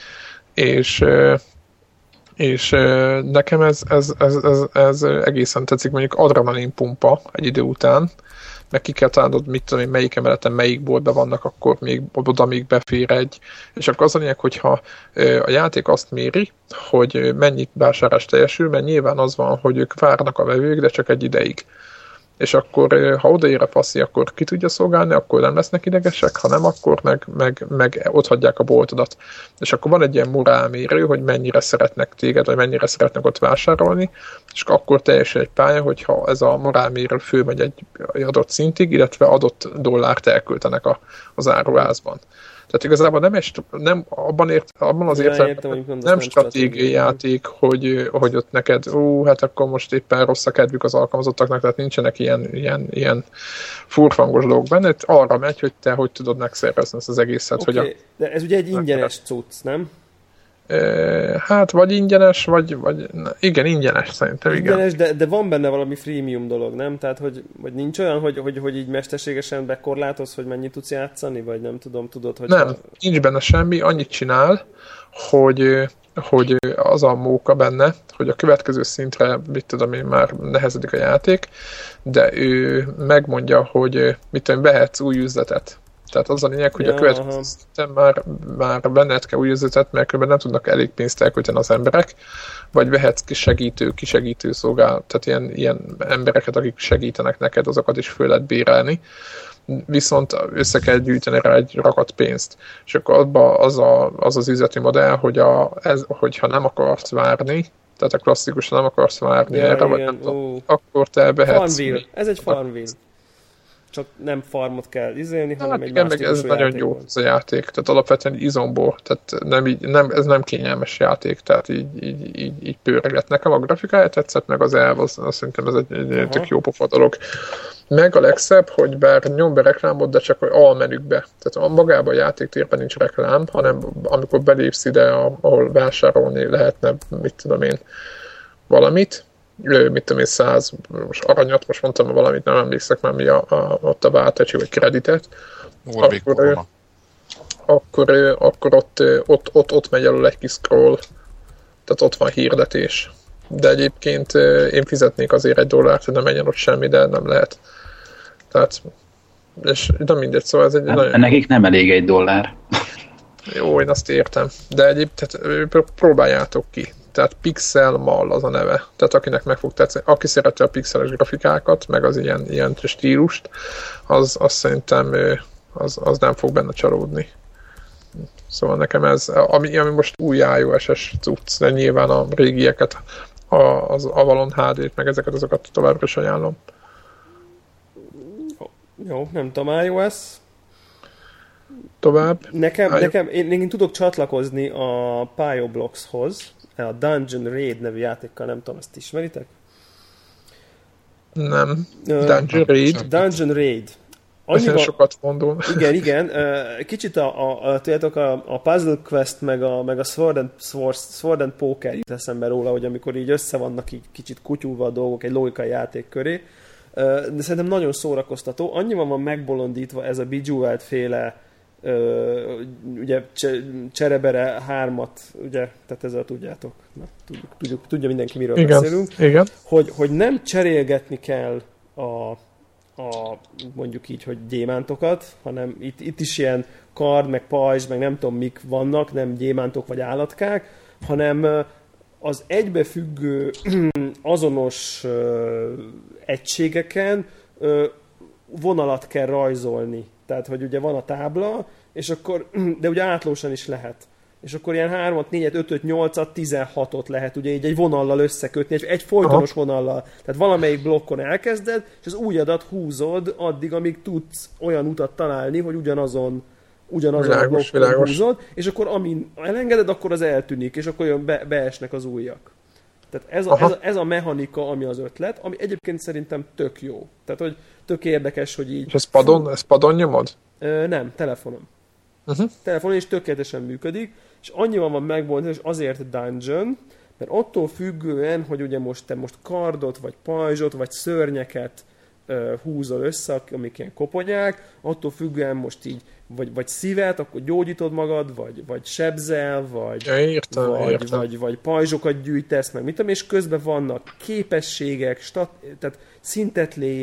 És nekem ez egészen tetszik, mondjuk adrenalin pumpa egy idő után, meg ki kell találnod, mit tudom én, melyik emeleten melyik boltban vannak, akkor még oda még befér egy. És akkor az a lényeg, hogyha a játék azt méri, hogy mennyi vásárlás teljesül, mert nyilván az van, hogy ők várnak a vevők, de csak egy ideig. és akkor ha odaér a faszi, akkor ki tudja szolgálni, akkor nem lesznek idegesek, ha nem, akkor meg ott hagyják a boltodat. És akkor van egy ilyen morálmérő, hogy mennyire szeretnek téged, vagy mennyire szeretnek ott vásárolni, és akkor teljesen egy pálya, hogyha ez a morálmérő fölmegy egy adott szintig, illetve adott dollárt elköltenek az áruházban. Tehát igazából nem abban az értelemben nem stratégiai játék, hogy ott neked, hát akkor most éppen rossz a kedvük az alkalmazottaknak, tehát nincsenek ilyen furfangos dolgok benne, arra megy, hogy te hogy tudod megszervezni ezt az egészet. Okay, de ez ugye egy ingyenes cucc, nem? Hát vagy ingyenes, vagy igen, ingyenes szerintem, ingyenes, igen. De van benne valami freemium dolog, nem? Tehát, vagy nincs olyan, hogy így mesterségesen bekorlátoz, hogy mennyit tudsz játszani, vagy nem tudom, tudod, hogy... Nem, nincs benne semmi, annyit csinál, hogy az a móka benne, hogy a következő szintre, mit tudom én, már nehezedik a játék, de ő megmondja, hogy mit tudom, vehetsz új üzletet. Tehát az a lényeg, hogy a következő szinten már benned kell új üzletet, mert különben nem tudnak elég pénzt elkölteni az emberek, vagy vehetsz kisegítő szolgál, tehát ilyen embereket, akik segítenek neked, azokat is föl lehet bérelni, viszont össze kell gyűjteni rá egy rakat pénzt. És akkor abban az üzleti modell, hogyha nem akarsz várni, tehát a klasszikusan nem akarsz várni erre, vagy nem tudom, akkor te behetsz. Farmville. Ez egy Farmville. Csak nem farmot kell izélni, hanem egy igen, meg ez nagyon jó ez a játék. Tehát alapvetően izomból, tehát ez nem kényelmes játék, tehát így pöröget. Nekem a grafikája tetszett, meg az elv, azt szerintem ez egy tök jó pofa dolog. Meg a legszebb, hogy bár nyom be reklámot, de csak almenükbe. Tehát magában a játéktérben nincs reklám, hanem amikor belépsz ide, ahol vásárolni lehetne, mit tudom én, valamit, mit tudom én, 100 most aranyat, most mondtam valamit, nem emlékszek már mi ott a váltecsi vagy kreditet, akkor ott megy elő egy kis scroll, tehát ott van hirdetés. De egyébként én fizetnék azért $1, hogy nem menjen ott semmi, de nem lehet. Tehát, és nem mindegy, szóval ez egy nagyon... Nekik nem elég $1. Jó, én azt értem. De egyébként próbáljátok ki. Tehát Pixel Mall az a neve. Tehát akinek meg fog tetszeni, aki szereti a pixeles grafikákat, meg az ilyen stílust, az szerintem az nem fog benne csalódni. Szóval nekem ez, ami most új iOS-es cucc, de nyilván a régieket, az Avalon HD-t, meg azokat továbbra is ajánlom. Jó, nem tudom, iOS. Tovább. Nekem én tudok csatlakozni a PioBlockshoz, a Dungeon Raid nevű játékkal, nem tudom, ezt ismeritek? Nem. Dungeon Raid? Dungeon Raid. Annyiban, sokat mondom. Igen. Kicsit a Puzzle Quest meg a Sword and Poker jut eszembe róla, hogy amikor így össze vannak így kicsit kutyulva a dolgok egy logikai játék köré, de szerintem nagyon szórakoztató. Annyiban van megbolondítva ez a Bejeweled féle ugye Cserebere 3-at, ugye, tehát ezzel tudjátok. Na, tudja mindenki, miről beszélünk. Igen. Hogy nem cserélgetni kell a mondjuk így, hogy gyémántokat, hanem itt is ilyen kard, meg pajzs, meg nem tudom mik vannak, nem gyémántok vagy állatkák, hanem az egybefüggő azonos egységeken vonalat kell rajzolni. Tehát, hogy ugye van a tábla, és akkor, de ugye átlósan is lehet. És akkor ilyen 3-at, 4-et, 5-öt, 8-at, 16-ot lehet ugye így egy vonallal összekötni, egy folytonos vonallal. Tehát valamelyik blokkon elkezded, és az ujjadat húzod addig, amíg tudsz olyan utat találni, hogy ugyanazon a blokkon húzod, és akkor amin elengeded, akkor az eltűnik, és akkor beesnek az ujjak. Tehát ez a mechanika, ami az ötlet, ami egyébként szerintem tök jó. Tehát, hogy tök érdekes, hogy így... És ez padon nyomod? Nem, telefonon. Telefonon is tökéletesen működik, és annyiban van megbontva, és azért dungeon, mert attól függően, hogy ugye te most kardot, vagy pajzsot, vagy szörnyeket húzol össze, amik ilyen koponyák, attól függően most így vagy szívet, akkor gyógyítod magad, vagy sebzel, vagy pajzsokat gyűjtesz, meg mit tudom, és közben vannak képességek, tehát szintet lépsz,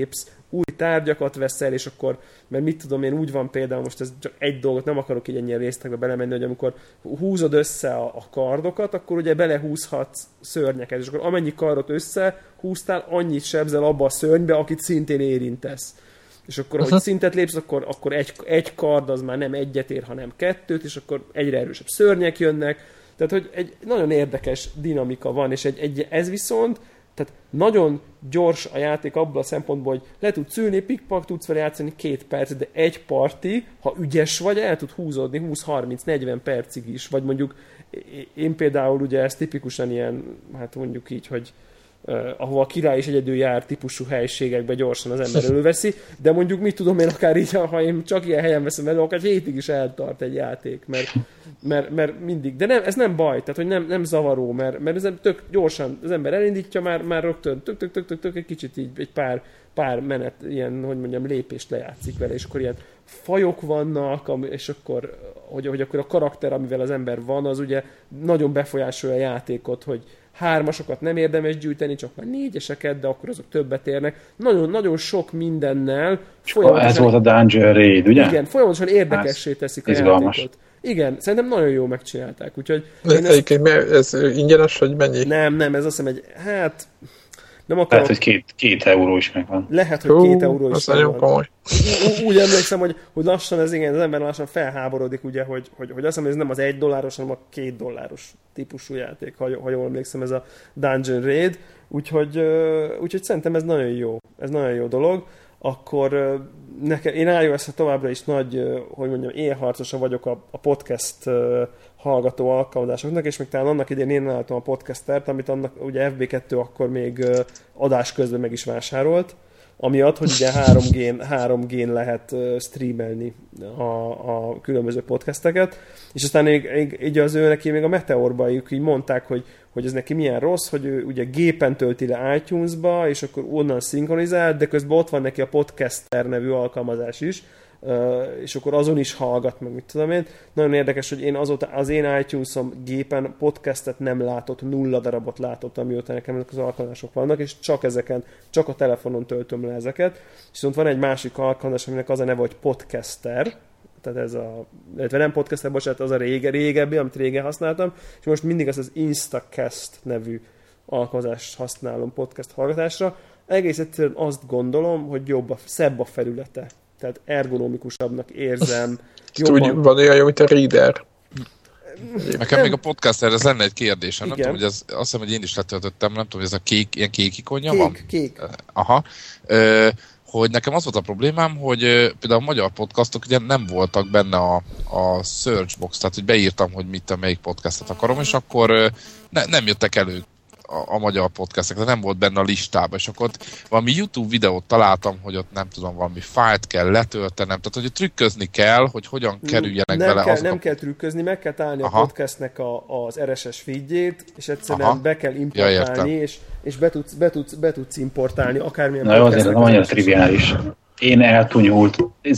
új tárgyakat veszel, és akkor, mert mit tudom én, úgy van például, most ez csak egy dolgot, nem akarok így ennyire részletekbe belemenni, hogy amikor húzod össze a kardokat, akkor ugye belehúzhatsz szörnyeket, és akkor amennyi kardot összehúztál, annyit sebzel abba a szörnybe, akit szintén érintesz. És akkor, ahogy szintet lépsz, akkor egy kard az már nem egyet ér, hanem kettőt, és akkor egyre erősebb szörnyek jönnek. Tehát, hogy egy nagyon érdekes dinamika van, és ez viszont, tehát nagyon gyors a játék abból a szempontból, hogy le tudsz ülni, pikpak, tudsz vele játszani 2 perc, de egy parti, ha ügyes vagy, el tud húzódni 20-30-40 percig is. Vagy mondjuk én például ugye ez tipikusan ilyen, hát mondjuk így, hogy ahova a király is egyedül jár típusú helységekbe gyorsan az ember előveszi, de mondjuk mit tudom én akár így, ha én csak ilyen helyen veszem elő, akár hétig is eltart egy játék, mert mindig, de nem, ez nem baj, tehát hogy nem zavaró, mert ez tök gyorsan az ember elindítja, már rögtön tök egy kicsit így egy pár menet, ilyen, hogy mondjam, lépést lejátszik vele, és akkor ilyen fajok vannak, és akkor, hogy akkor a karakter, amivel az ember van, az ugye nagyon befolyásolja a játékot, hogy 3-asokat nem érdemes gyűjteni, csak már 4-eseket, de akkor azok többet érnek. Nagyon sok mindennel folyamatosan... Ez volt a Dungeon Raid, ugye? Igen, folyamatosan érdekessé teszik a játékot. Igen, szerintem nagyon jól megcsinálták, úgyhogy... Ez ingyenes, vagy mennyi? Nem, ez azt hiszem nem akarok... Lehet, hogy 2 euró is megvan. Lehet, hogy 2 euró is megvan. Úgy emlékszem, hogy lassan az ember lassan felháborodik, ugye, hogy azt hiszem, hogy ez nem az $1, hanem a $2 típusú játék, ha jól emlékszem, ez a Dungeon Raid. Úgyhogy szerintem ez nagyon jó. Ez nagyon jó dolog. Akkor én iOS-re továbbra is nagy, hogy mondjam, élharcosa vagyok a podcast hallgató alkalmazásoknak, és még talán annak idején én álltam a podcastert, amit annak ugye FB2 akkor még adás közben meg is vásárolt, amiatt, hogy ugye 3G-n lehet streamelni a különböző podcasteket, és aztán így az ő neki még a Meteorba így mondták, hogy ez neki milyen rossz, hogy ő ugye gépen tölti le iTunes-ba, és akkor onnan szinkronizál, de közben ott van neki a Podcaster nevű alkalmazás is, és akkor azon is hallgat, meg mit tudom én. Nagyon érdekes, hogy én azóta az én iTunes-om gépen podcastet nem látott, 0 darabot látott, amióta nekem ezek az alkalmazások vannak, és csak a telefonon töltöm le ezeket. És viszont van egy másik alkalmazás, aminek az a neve, hogy Podcaster, tehát ez illetve nem Podcaster, bocsánat, az a régebbi, amit régen használtam, és most mindig az Instacast nevű alkalmazást használom podcast hallgatásra. Egész egyszerűen azt gondolom, hogy szebb a felülete. Tehát ergonomikusabbnak érzem. Úgy van olyan jó, mint a Reader. Nekem még a podcaster, ez lenne egy kérdésem. Nem tudom, hogy azt hiszem, hogy én is letöltöttem, nem tudom, hogy ez a ilyen kék ikonja van? Kék. Aha. Hogy nekem az volt a problémám, hogy például a magyar podcastok ugye nem voltak benne a search box, tehát hogy beírtam, hogy melyik podcastot akarom, és akkor nem jöttek elő a magyar podcastek, tehát nem volt benne a listában, és akkor valami YouTube videót találtam, hogy ott nem tudom, valami fájlt kell letöltenem, tehát hogy trükközni kell, hogy hogyan kerüljenek bele. Nem kell trükközni, meg kell találni a podcastnek az RSS feedjét, és egyszerűen be kell importálni, és be tudsz importálni akármilyen podcastnek. Na jó, azért nem annyira triviális. Én eltunyult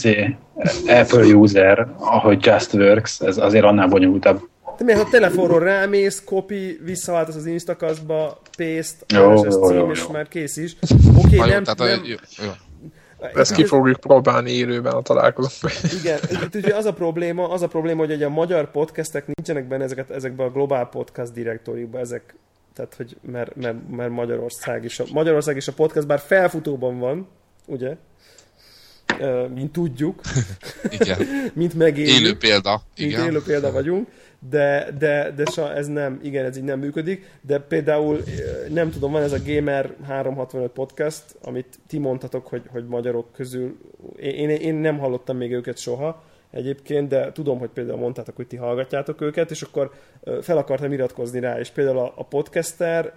Apple user, ahogy Just Works, ez azért annál bonyolultabb. De miért, ha telefonról rámész, copy, visszaváltasz az Instacastba, paste, RSS cím, és már kész is. Oké, nem... Ezt ki fogjuk próbálni élőben a találkozókban. Igen, ugye az a probléma, hogy a magyar podcastek nincsenek benne ezekben a globál podcast direktóriukban, tehát, hogy mert Magyarország is a podcast, bár felfutóban van, ugye? Mint tudjuk. Igen. Mint megéljük. Élő példa. Igen. Élő példa vagyunk. De ez nem, igen, ez így nem működik, de például nem tudom, van ez a Gamer 365 podcast, amit ti mondtatok, hogy magyarok közül, én nem hallottam még őket soha egyébként, de tudom, hogy például mondtátok, hogy ti hallgatjátok őket, és akkor fel akartam iratkozni rá, és például a podcaster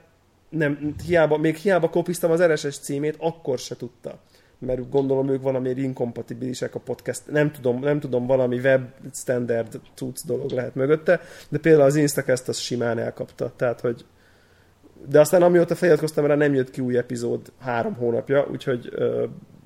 még hiába kopiztam az RSS címét, akkor se tudta. Mert gondolom ők valamiért inkompatibilisek a podcast. Nem tudom, valami web standard cucc dolog lehet mögötte, de például az Instacast az simán elkapta. Tehát, hogy... De aztán amióta feliratkoztam rá, nem jött ki új epizód 3 hónapja, úgyhogy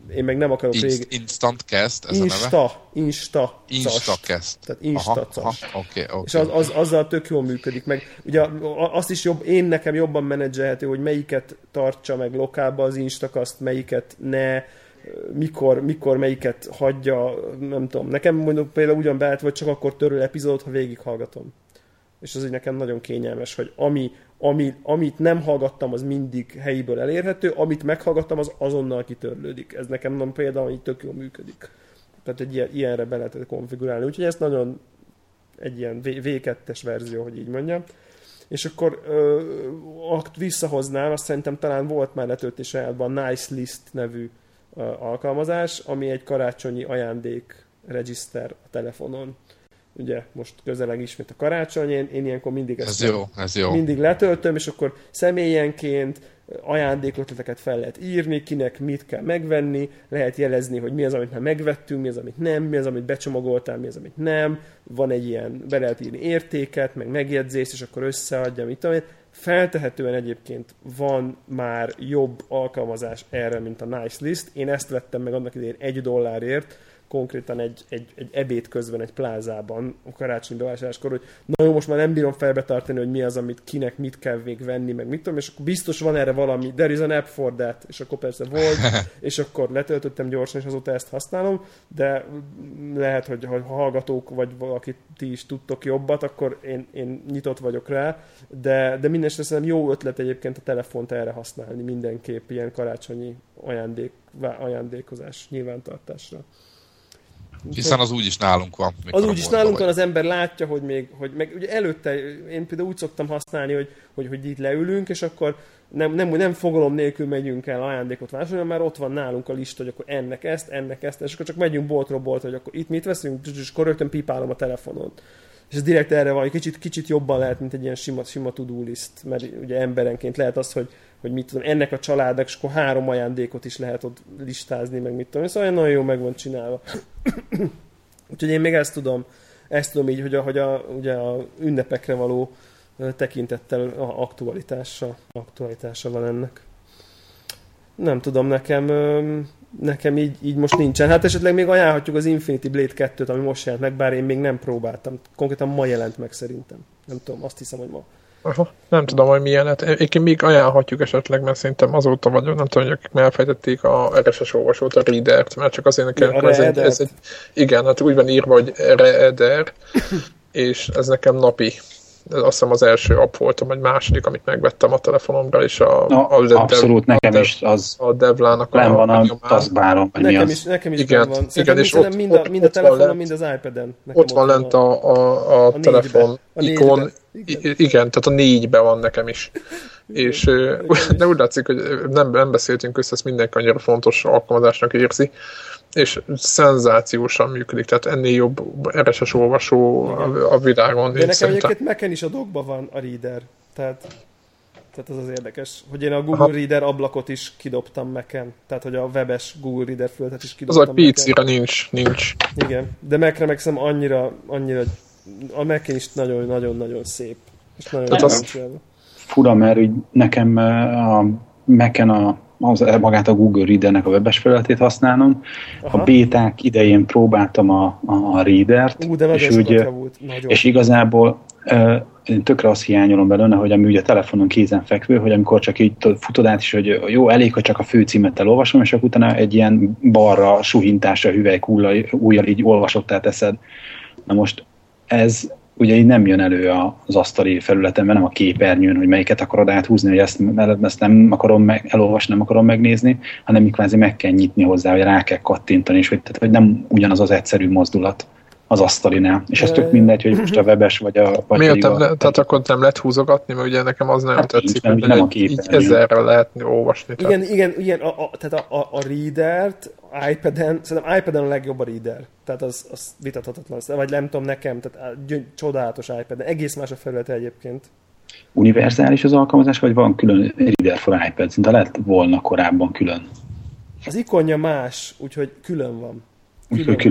én meg nem akarok Instant Cast, ez a neve? Instacast. Tehát Instacast. Okay. És azzal tök jól működik. Meg ugye azt is nekem jobban menedzselhető, hogy melyiket tartsa meg lokálba az Instacast, melyiket ne, mikor melyiket hagyja, nem tudom. Nekem mondjuk például ugyan beállt, vagy csak akkor töröl epizódot, ha végighallgatom. És az így nekem nagyon kényelmes, hogy amit nem hallgattam, az mindig helyiből elérhető, amit meghallgattam, az azonnal kitörlődik. Ez nekem például így tök jól működik. Tehát egy ilyenre be lehet konfigurálni. Úgyhogy ez nagyon egy ilyen V2-es verzió, hogy így mondjam. És akkor visszahoznám, azt szerintem talán volt már letöltés ajánlatban a Nice List nevű alkalmazás, ami egy karácsonyi ajándék regiszter a telefonon. Ugye most közeleg ismét a karácsony, én ilyenkor mindig ez jó. Mindig letöltöm, és akkor személyenként ajándékleteket fel lehet írni, kinek mit kell megvenni, lehet jelezni, hogy mi az, amit már megvettünk, mi az, amit nem, mi az, amit becsomagoltál, mi az, amit nem, van egy ilyen, be lehet írni értéket, meg megjegyzést, és akkor összeadja, mit tudom én. Feltehetően egyébként van már jobb alkalmazás erre, mint a Nice List. Én ezt vettem meg annak idején $1, konkrétan egy ebéd közben egy plázában a karácsonyi bevásárláskor, hogy na jó, most már nem bírom felbetartani, hogy mi az, amit kinek mit kell még venni, meg mit tudom, és akkor biztos van erre valami, there is an app for that, és akkor persze volt, és akkor letöltöttem gyorsan, és azóta ezt használom, de lehet, hogy ha hallgatók, vagy valaki ti is tudtok jobbat, akkor én nyitott vagyok rá, de mindenesetre szerintem jó ötlet egyébként a telefont erre használni mindenképp ilyen karácsonyi ajándékozás nyilvántartásra. Hiszen az úgyis nálunk van. Az úgyis nálunk van, az ember látja, hogy meg ugye előtte én például úgy szoktam használni, hogy itt leülünk, és akkor nem fogalom nélkül megyünk el ajándékot vásárolni, mert ott van nálunk a lista, hogy akkor ennek ezt, és akkor csak megyünk boltról boltra, hogy akkor itt mit veszünk, és akkor rögtön pipálom a telefonon. És ez direkt erre van, kicsit jobban lehet, mint egy ilyen sima to-do list, mert ugye emberenként lehet az, hogy mit tudom, ennek a családnak, és akkor 3 ajándékot is lehet ott listázni, meg mit tudom, szóval nagyon jó meg van csinálva. Úgyhogy én még ezt tudom így, hogy ugye a ünnepekre való tekintettel aktualitása van ennek. Nem tudom, nekem így most nincsen. Hát esetleg még ajánlhatjuk az Infinity Blade 2-t, ami most jelent meg, bár én még nem próbáltam. Konkrétan ma jelent meg szerintem. Nem tudom, azt hiszem, hogy ma. Aha, nem tudom, hogy milyen lett. Én még ajánlhatjuk esetleg, mert szerintem azóta vagyok, nem tudom, hogy akik elfejtették a RSS olvasót, a Readert, mert csak azért nekem ez egy igen, hát úgy van írva, hogy Reader, és ez nekem napi. Azt hiszem az első app volt, vagy második, amit megvettem a telefonomra, és abszolút, nekem is az a Devlának van a taskbaron, vagy nekem is igen, van. Igen, és ott, mind a telefonon, mind az iPad-en. Ott van lent a telefon ikon. Igen, tehát a 4-ben van nekem is. És, de úgy látszik, hogy nem beszéltünk össze, ezt mindenki annyira fontos alkalmazásnak érzi, és szenzációsan működik, tehát ennél jobb RSS olvasó a világon. De nekem egyébként Mac-en is a dockban van a Reader, tehát az érdekes, hogy én a Google Reader ablakot is kidobtam Mac-en, tehát hogy a webes Google Reader földet is kidobtam. Az a PC-re nincs. Igen, de Mac-re meg szerintem annyira a Mac-en is nagyon-nagyon szép. És nagyon fura, mert úgy nekem a Mac-en magát a Google Readernek a webes felületét használom. Aha. A béták idején próbáltam a Readert, és igazából én tökre azt hiányolom belőle, hogy ami ugye a telefonon kézenfekvő, hogy amikor csak így futod át is, hogy jó, elég, ha csak a főcímet elolvasom, és akkor utána egy ilyen balra suhintásra hüvelyk ujjal így olvasottá teszed. Na most ez ugye így nem jön elő az asztali felületen, mert nem a képernyőn, hogy melyiket akarod áthúzni, hogy ezt nem akarom elolvasni, nem akarom megnézni, hanem így kvázi meg kell nyitni hozzá, hogy rá kell kattintani, és hogy nem ugyanaz az egyszerű mozdulat az asztalinál. És ez tök mindegy, hogy most a webes vagy a... Tehát akkor nem lehet húzogatni, mert ugye nekem az nagyon tetszik, hogy nem így ezerrel lehet olvasni. Igen, tehát a Readert iPad-en, szerintem iPad-en a legjobb a Reader. Tehát az vitathatatlan. Vagy nem tudom, nekem, tehát csodálatos iPad-en. Egész más a felülete egyébként. Univerzális az alkalmazás, vagy van külön Reader for iPad? Szinte lett volna korábban külön. Az ikonja más, úgyhogy külön van.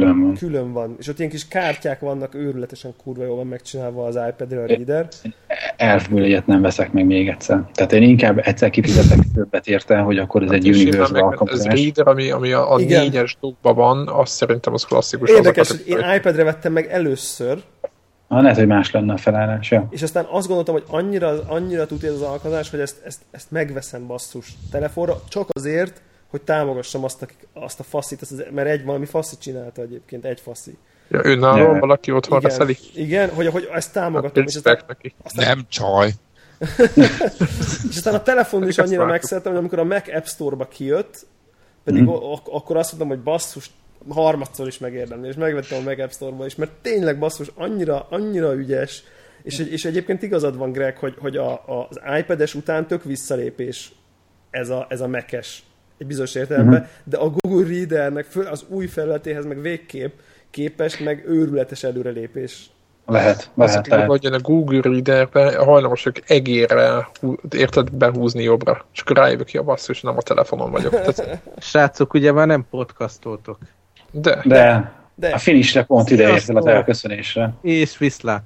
Külön van. És ott ilyen kis kártyák vannak, őrületesen kurva jól van megcsinálva az iPad-re a Reader. elfből egyet nem veszek meg még egyszer. Tehát én inkább egyszer kifizetek többet érte, hogy akkor ez egy universal alkalmazás. Ez Reader, ami a 4-es dugban van, azt szerintem az klasszikus. Érdekes, hogy én iPad-re vettem meg először. Lehet, hogy más lenne a felállása. És aztán azt gondoltam, hogy annyira tudja az alkalmazás, hogy ezt megveszem basszus telefonra, csak azért, hogy támogassam azt a faszit, mert valami faszit csinálta egyébként, egy faszi. Ja, önállóan valaki otthon reszeli. Igen, hogy ezt támogatom. És aztán nem csaj. És aztán a telefon is annyira megszerettem, hogy amikor a Mac App Store-ba kijött, pedig akkor azt mondtam, hogy basszus, harmadszor is megérdemli, és megvettem a Mac App Store-ba is, mert tényleg basszus, annyira ügyes, és egyébként igazad van, Greg, hogy az iPad-es után tök visszalépés ez a Mac-es egy bizonyos értelemben, de a Google Readernek az új felületéhez meg végképp képest, meg őrületes előrelépés. Lehet. Vagy a Google Readerben hajlamosak egérre érted behúzni jobbra, és akkor rájövök ki a basszus, nem a telefonon vagyok. Srácok, ugye már nem podcastoltok. De. A finishre pont ide érzel az elköszönésre. És viszlát.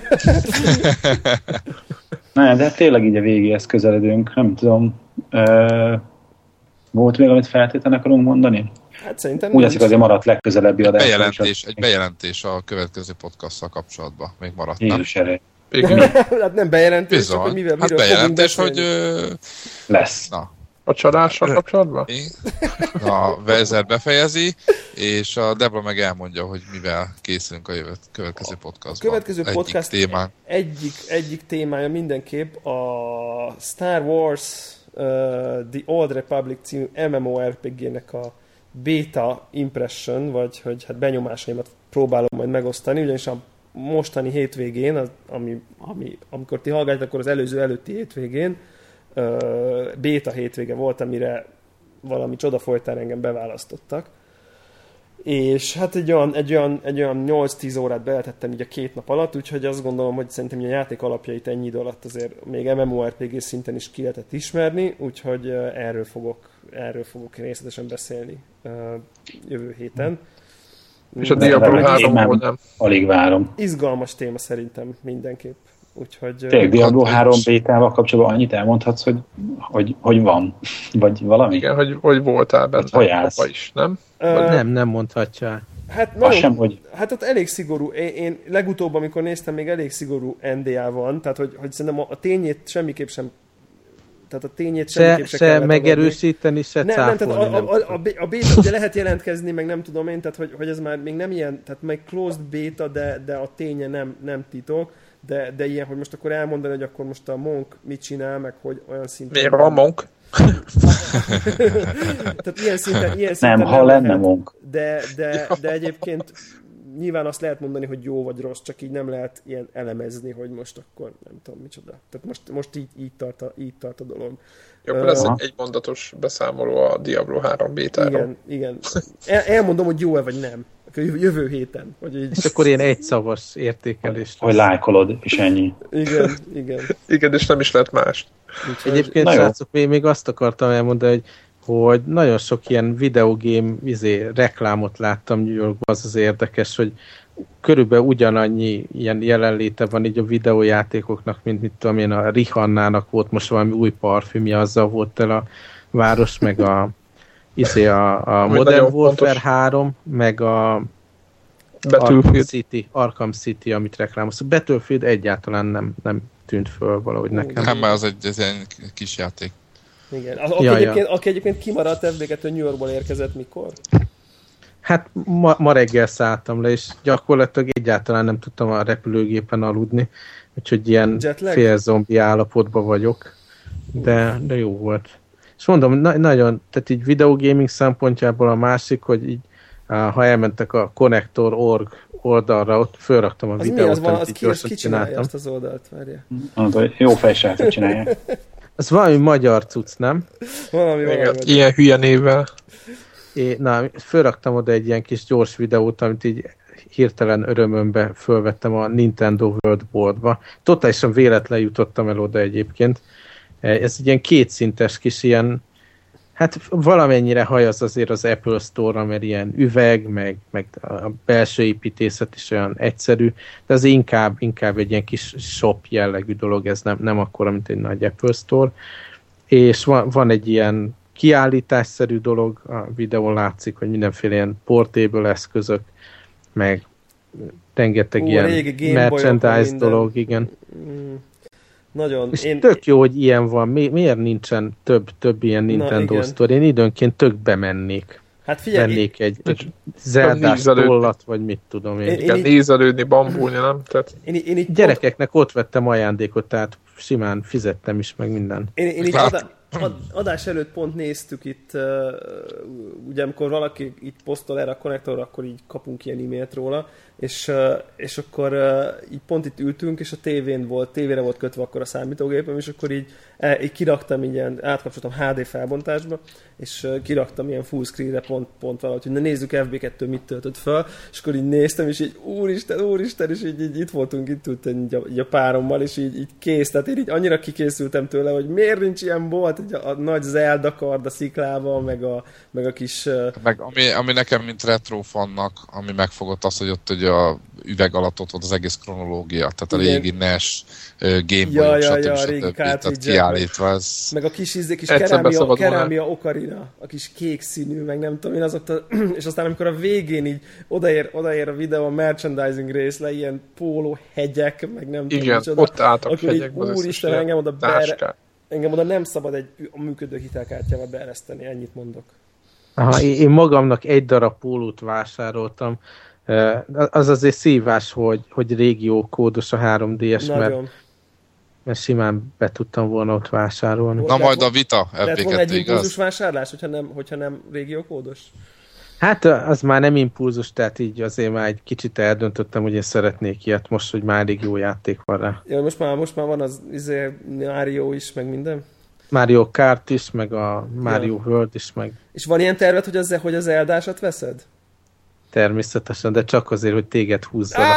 De tényleg így a végéhez közeledünk, nem tudom. Volt még, amit feltétlenül akarunk mondani? Hát szerintem úgy látszik, azért maradt legközelebbi adás. Egy bejelentés a következő podcasszal kapcsolatban még maradt. Jézus erej. Hát nem bejelentés, bizony. Csak hogy miről bejelentés, hogy lesz. Na. A csalással kapcsolatban? A Wezer befejezi, és a Debra meg elmondja, hogy mivel készülünk a következő podcastban. A következő podcast egyik témája mindenképp a Star Wars The Old Republic című MMORPG-nek a beta impression, vagy hogy hát benyomásaimat próbálom majd megosztani, ugyanis a mostani hétvégén, amikor ti hallgatjátok, akkor az előtti hétvégén beta hétvége volt, amire valami csoda folytán engem beválasztottak. És hát egy olyan 8-10 órát beletettem így a 2 nap alatt, úgyhogy azt gondolom, hogy szerintem a játék alapjait ennyi idő alatt azért még MMORPG szinten is ki lehetett ismerni, úgyhogy erről fogok részletesen beszélni jövő héten. És a Diablo 3-ból nem. Alig várom. Izgalmas téma szerintem mindenképp. Úgyhogy... Tényleg Diablo 3 bétával kapcsolatban annyit elmondhatsz, hogy van, vagy valami? Igen, hogy voltál benne. Hogy állsz? Is, nem? Nem mondhatja. Hát ott elég szigorú. Én legutóbb, amikor néztem, még elég szigorú NDA van, tehát hogy szerintem a tényét semmiképp sem se megerősíteni, se cáfolni. A beta ugye lehet jelentkezni, meg nem tudom én, tehát hogy ez már még nem ilyen, tehát meg closed beta, de a ténye nem titok, de ilyen, hogy most akkor elmondani, hogy akkor most a Monk mit csinál, meg hogy olyan szinten... Miért van Monk? Tehát ilyen szinten nem, ha lenne Monk. De egyébként nyilván azt lehet mondani, hogy jó vagy rossz, csak így nem lehet ilyen elemezni, hogy most akkor nem tudom micsoda. Tehát most így tart a dolog. Jó, akkor lesz egy mondatos beszámoló a Diablo 3 bétáról. Igen. Elmondom, hogy jó-e vagy nem. Jövő héten. És akkor ilyen egyszavas értékelés. Hogy lájkolod, és ennyi. Igen. Igen, és nem is lehet más. Egyébként, srácok, még azt akartam elmondani, hogy nagyon sok ilyen videogame reklámot láttam New Yorkban, az érdekes, hogy körülbelül ugyanannyi ilyen jelenléte van így a videójátékoknak, mint mit tudom én, a Rihannának volt most valami új parfümje, azzal volt el a város, meg a Modern Warfare 3, meg a Arkham City, amit reklámoz. A Battlefield egyáltalán nem tűnt föl valahogy nekem. Nem, mert az egy kis játék. Igen. Aki egyébként kimaradt FB2 New Yorkból érkezett mikor? Hát ma reggel szálltam le, és gyakorlatilag egyáltalán nem tudtam a repülőgépen aludni, úgyhogy ilyen félzombi állapotban vagyok, de jó volt. És mondom, nagyon, tehát így videogaming szempontjából a másik, hogy így, ha elmentek a Connector.org oldalra, ott fölraktam a videót, amit így gyorsan csináltam. Azt az oldalt, várja? Mondod, jó fejsrácok csinálják. Ez valami magyar cucc, nem? Valami ilyen hülye névvel. Fölraktam oda egy ilyen kis gyors videót, amit így hirtelen örömömbe fölvettem a Nintendo World Boardba. Totálisan véletlen jutottam el oda egyébként. Ez egy ilyen kétszintes kis ilyen, Hát valamennyire hajaz azért az Apple Store-ra, mert ilyen üveg, meg a belső építészet is olyan egyszerű, de az inkább egy ilyen kis shop jellegű dolog, ez nem akkora, mint egy nagy Apple Store. És van egy ilyen kiállításszerű dolog, a videón látszik, hogy mindenféle ilyen portable eszközök, meg rengeteg ilyen merchandise dolog, igen. Nagyon. És tök jó, hogy ilyen van. Miért nincsen több ilyen Nintendo Store? Én időnként tök bemennék. Hát figyelj, vennék egy Zeldás tollat, vagy mit tudom én. Igen, nézelődni, bambulni, nem? Tehát... Én gyerekeknek ott vettem ajándékot, tehát simán fizettem is, meg minden. Én így adás előtt pont néztük itt, ugye amikor valaki így posztol erre a konnektorra, akkor így kapunk ilyen e-mailt róla, és akkor így pont itt ültünk, és a tévére volt kötve akkor a számítógépem, és akkor így kiraktam, így ilyen, átkapcsoltam HD felbontásba, és kiraktam ilyen full screenre pont valahogy, hogy nézzük FB2 mit töltött fel, és akkor így néztem, és így úristen, és így itt voltunk, itt ültem így a párommal, és így kész, tehát én így annyira kikészültem tőle, hogy miért nincs ilyen bolt, a nagy Zelda kard a sziklával, meg a kis... Meg ami nekem, mint retro fannak, ami megfogott az, hogy ott ugye a üveg alatt ott volt az egész kronológia, tehát a régi NES, Game Boy, stb. Tehát kiállítva ez... Meg a kis kerámia ocarina, a kis kék színű, meg nem tudom én és aztán amikor a végén így odaér a videó a merchandising részle, ilyen póló hegyek, meg nem tudom. Igen, ott álltak hegyekben. Úristen, engem oda nem szabad egy működő hitelkártyával beereszteni, ennyit mondok. Aha, én magamnak egy darab pólót vásároltam. Az azért szívás, hogy régiókódos a 3DS, mert simán be tudtam volna ott vásárolni. Na majd a vita FB2, lehet volna egy impulzus vásárlás, hogyha nem régiókódos? Hát az már nem impulzus, tehát így azért már egy kicsit eldöntöttem, hogy én szeretnék ilyet most, hogy már elég jó játék van rá. Ja, most már van az Mario is, meg minden? Mario Kart is, meg a Mario World is, meg... És van ilyen terved, hogy az Eldásat veszed? Természetesen, de csak azért, hogy téged húzzalak.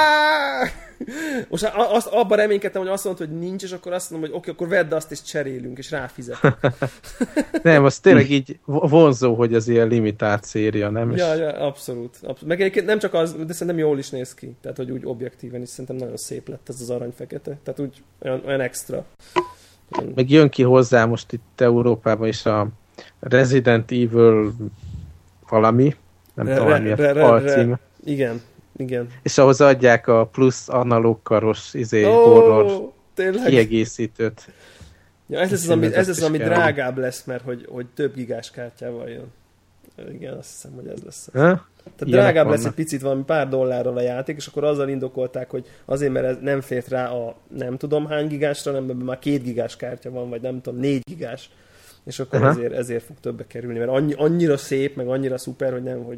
Most abban reménykedtem, hogy azt mondod, hogy nincs, és akkor azt mondom, hogy oké, akkor vedd azt, és cserélünk, és ráfizetek. Nem, az tényleg így vonzó, hogy az ilyen limitált széria, nem? Ja, abszolút. Meg egyébként nem csak az, de szerintem jól is néz ki. Tehát, hogy úgy objektíven is szerintem nagyon szép lett ez az arany-fekete. Tehát úgy olyan extra. Meg jön ki hozzá most itt Európában is a Resident Evil valami, nem tudom, milyen alcím. Igen. És ahhoz adják a plusz analóg karos horror kiegészítőt. Ja, ez lesz, ami drágább lesz, mert hogy több gigás kártyával jön. Igen, azt hiszem, hogy ez lesz. Tehát drágább lesz egy picit, valami pár dollárral a játék, és akkor azzal indokolták, hogy azért, mert ez nem fért rá a nem tudom hány gigásra, nem, már 2 gigás kártya van, vagy nem tudom, 4 gigás. És akkor ezért fog többe kerülni, mert annyira szép, meg annyira szuper, hogy nem, hogy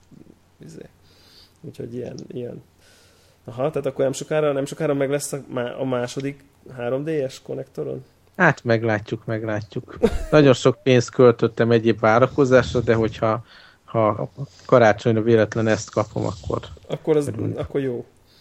úgyhogy ilyen. Aha, tehát akkor nem sokára meg lesz a második 3DS konnektoron? Hát meglátjuk. Nagyon sok pénzt költöttem egyéb várakozásra, de hogyha karácsonyra véletlen ezt kapom, akkor jó.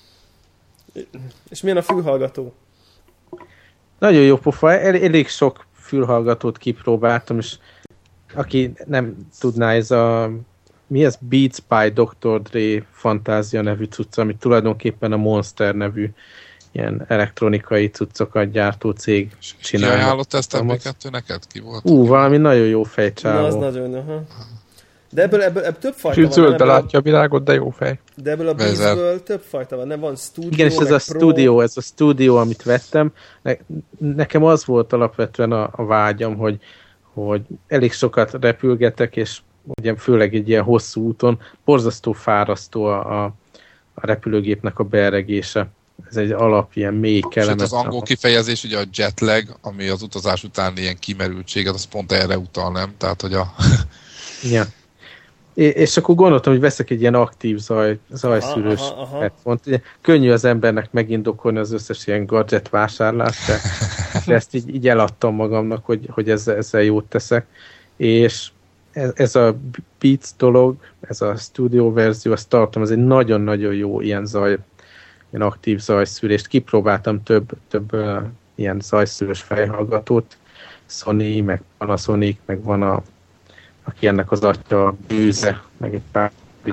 És milyen a fülhallgató? Nagyon jó pofa, elég sok fülhallgatót kipróbáltam, és aki nem tudná, ez a mi ez? Beats by Dr. Dre Fantázia nevű cucca, amit tulajdonképpen a Monster nevű ilyen elektronikai cuccokat gyártó cég csinál. Ki ajánlott ezt a MB2 neked? Ki volt? Valami nagyon jó fejcsávó. Na, az nagyon, aha. De ebből több fajta van. Zöldbe látja a világot, de jó fej. De ebből a Beatsből több fajta van. Nem van Studio, igen, és ez a Studio, amit vettem. Nekem az volt alapvetően a vágyam, hogy elég sokat repülgetek, és ugye főleg egy ilyen hosszú úton borzasztó fárasztó a repülőgépnek a beeregése. Ez egy alap, ilyen mély, kellemes. Sőt, az angol kifejezés, ugye a jetlag, ami az utazás után ilyen kimerültséget, az pont erre utal, nem? Tehát, hogy a... Ja. És akkor gondoltam, hogy veszek egy ilyen aktív zajszűrős headphone-t. Ugye, könnyű az embernek megindokolni az összes ilyen gadget vásárlást, de ezt így eladtam magamnak, hogy ezzel jót teszek. És ez a Beats dolog, ez a Studio verzió, azt tartom, ez egy nagyon-nagyon jó ilyen aktív zajszűrést. Kipróbáltam több ilyen zajszűrős fejhallgatót, Sony, meg Panasonic, meg van a aki ennek az atya, Bőze, meg egy pár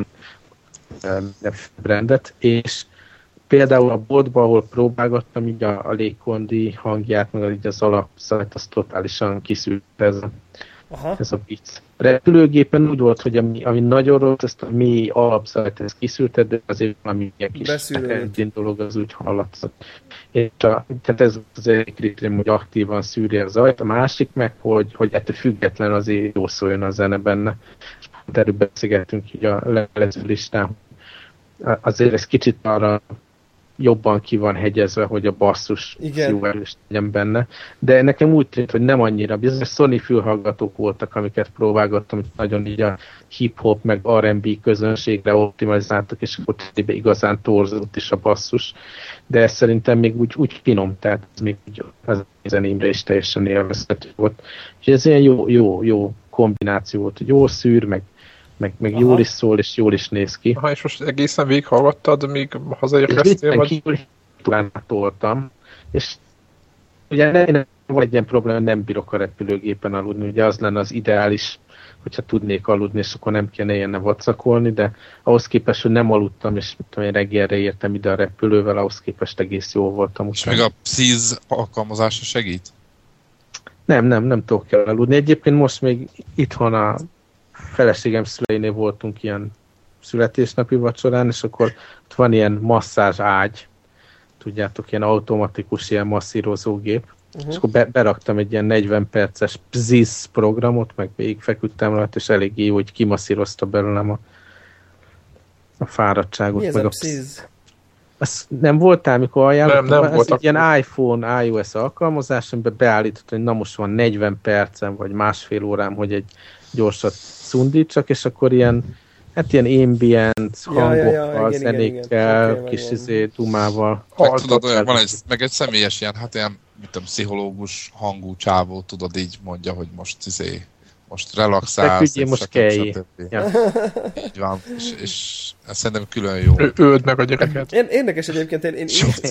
brandet, és például a boltban, ahol próbálgattam, így a légkondi hangját, meg így az alapszajt, az totálisan kiszűrt ez a Beats. Repülőgépen úgy volt, hogy ami nagyon rossz, ezt a mély alapszajt, ez kiszűrted, de azért valami ilyen kis dolog az úgy hallatszott. És tehát ez az egyik kritérium, hogy aktívan szűrje a zajt, a másik meg, hogy ettől független azért jó szóljon a zene benne. És erről beszélgettünk így a levelező listán. Azért ez kicsit arra jobban ki van hegyezve, hogy a basszus jó erős legyen benne. De nekem úgy tűnt, hogy nem annyira. Bizonyos Sony fülhallgatók voltak, amiket próbálgattam, hogy nagyon így a hip-hop meg R&B közönségre optimalizáltak, és akkor igazán torzult is a basszus. De ez szerintem még úgy finom, tehát ez még az zenémre is teljesen élvezhető volt. És ez ilyen jó kombináció volt, hogy jó szűr, meg jól is szól, és jól is néz ki. És most egészen végighallgattad, míg hazaérkeztél? Vagy... toltam, és ugye van egy ilyen probléma, nem bírok a repülőgépen aludni, ugye az lenne az ideális, hogyha tudnék aludni, és akkor nem kéne ilyenne vacakolni, de ahhoz képest, hogy nem aludtam, és én reggelre értem ide a repülővel, ahhoz képest egész jól voltam. És meg a Psziz alkalmazása segít? Nem tudok el aludni. Egyébként most még itthon a feleségem szüleinél voltunk ilyen születésnapi vacsorán, és akkor ott van ilyen masszázs ágy, tudjátok, ilyen automatikus, ilyen masszírozógép, és akkor beraktam egy ilyen 40 perces Psziz programot, meg végigfeküdtem rajta, és eléggé jó, hogy kimasszírozta belőlem a fáradtságot. Mi ez meg a Psziz? Azt nem voltál, mikor ajánlottam? Nem ez voltak. egy ilyen iPhone, iOS alkalmazás, amiben beállított, hogy na most van 40 percem, vagy másfél órám, hogy egy gyorsat szundítsak, és akkor ilyen ambient hangokkal, zenékkel, kis dumával. Meg tudod, olyan, van egy személyes ilyen, ilyen, mit tudom, pszichológus hangú csávó, tudod, így mondja, hogy most relaxálsz. Most kell. Ja. Így van, és szerintem külön jó. Öld meg a gyereket. Érdekes egyébként, én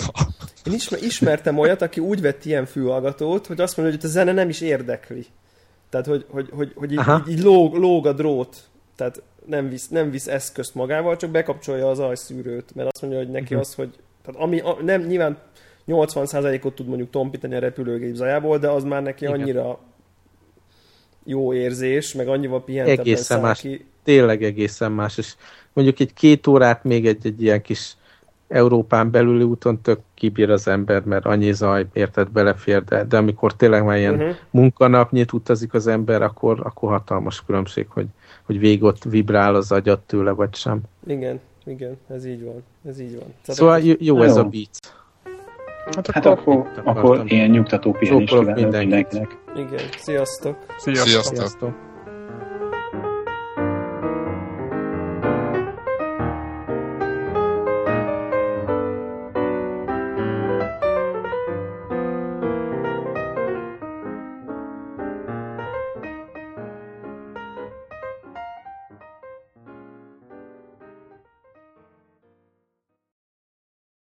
ismertem olyat, aki úgy vett ilyen fülhallgatót, hogy azt mondja, hogy a zene nem is érdekli. Tehát, hogy így lóg a drót. Tehát nem visz eszközt magával, csak bekapcsolja az ajszűrőt, mert azt mondja, hogy neki az, hogy... Tehát nem, nyilván 80%-ot tud mondjuk tompítani a repülőgép zajából, de az már neki annyira jó érzés, meg annyival pihentebben egészen más, ki. Tényleg egészen más, és mondjuk egy 2 órát még egy ilyen kis Európán belüli úton tök kibír az ember, mert annyi zaj, érted, belefér, de amikor tényleg már ilyen munkanapnyit utazik az ember, akkor hatalmas különbség, hogy végig ott vibrál az agyat tőle, vagy sem. Igen, ez így van. Szóval jó ez a Beats. Hát akkor ilyen nyugtató pihenést kívánok mindenkinek. Igen, sziasztok! Sziasztok!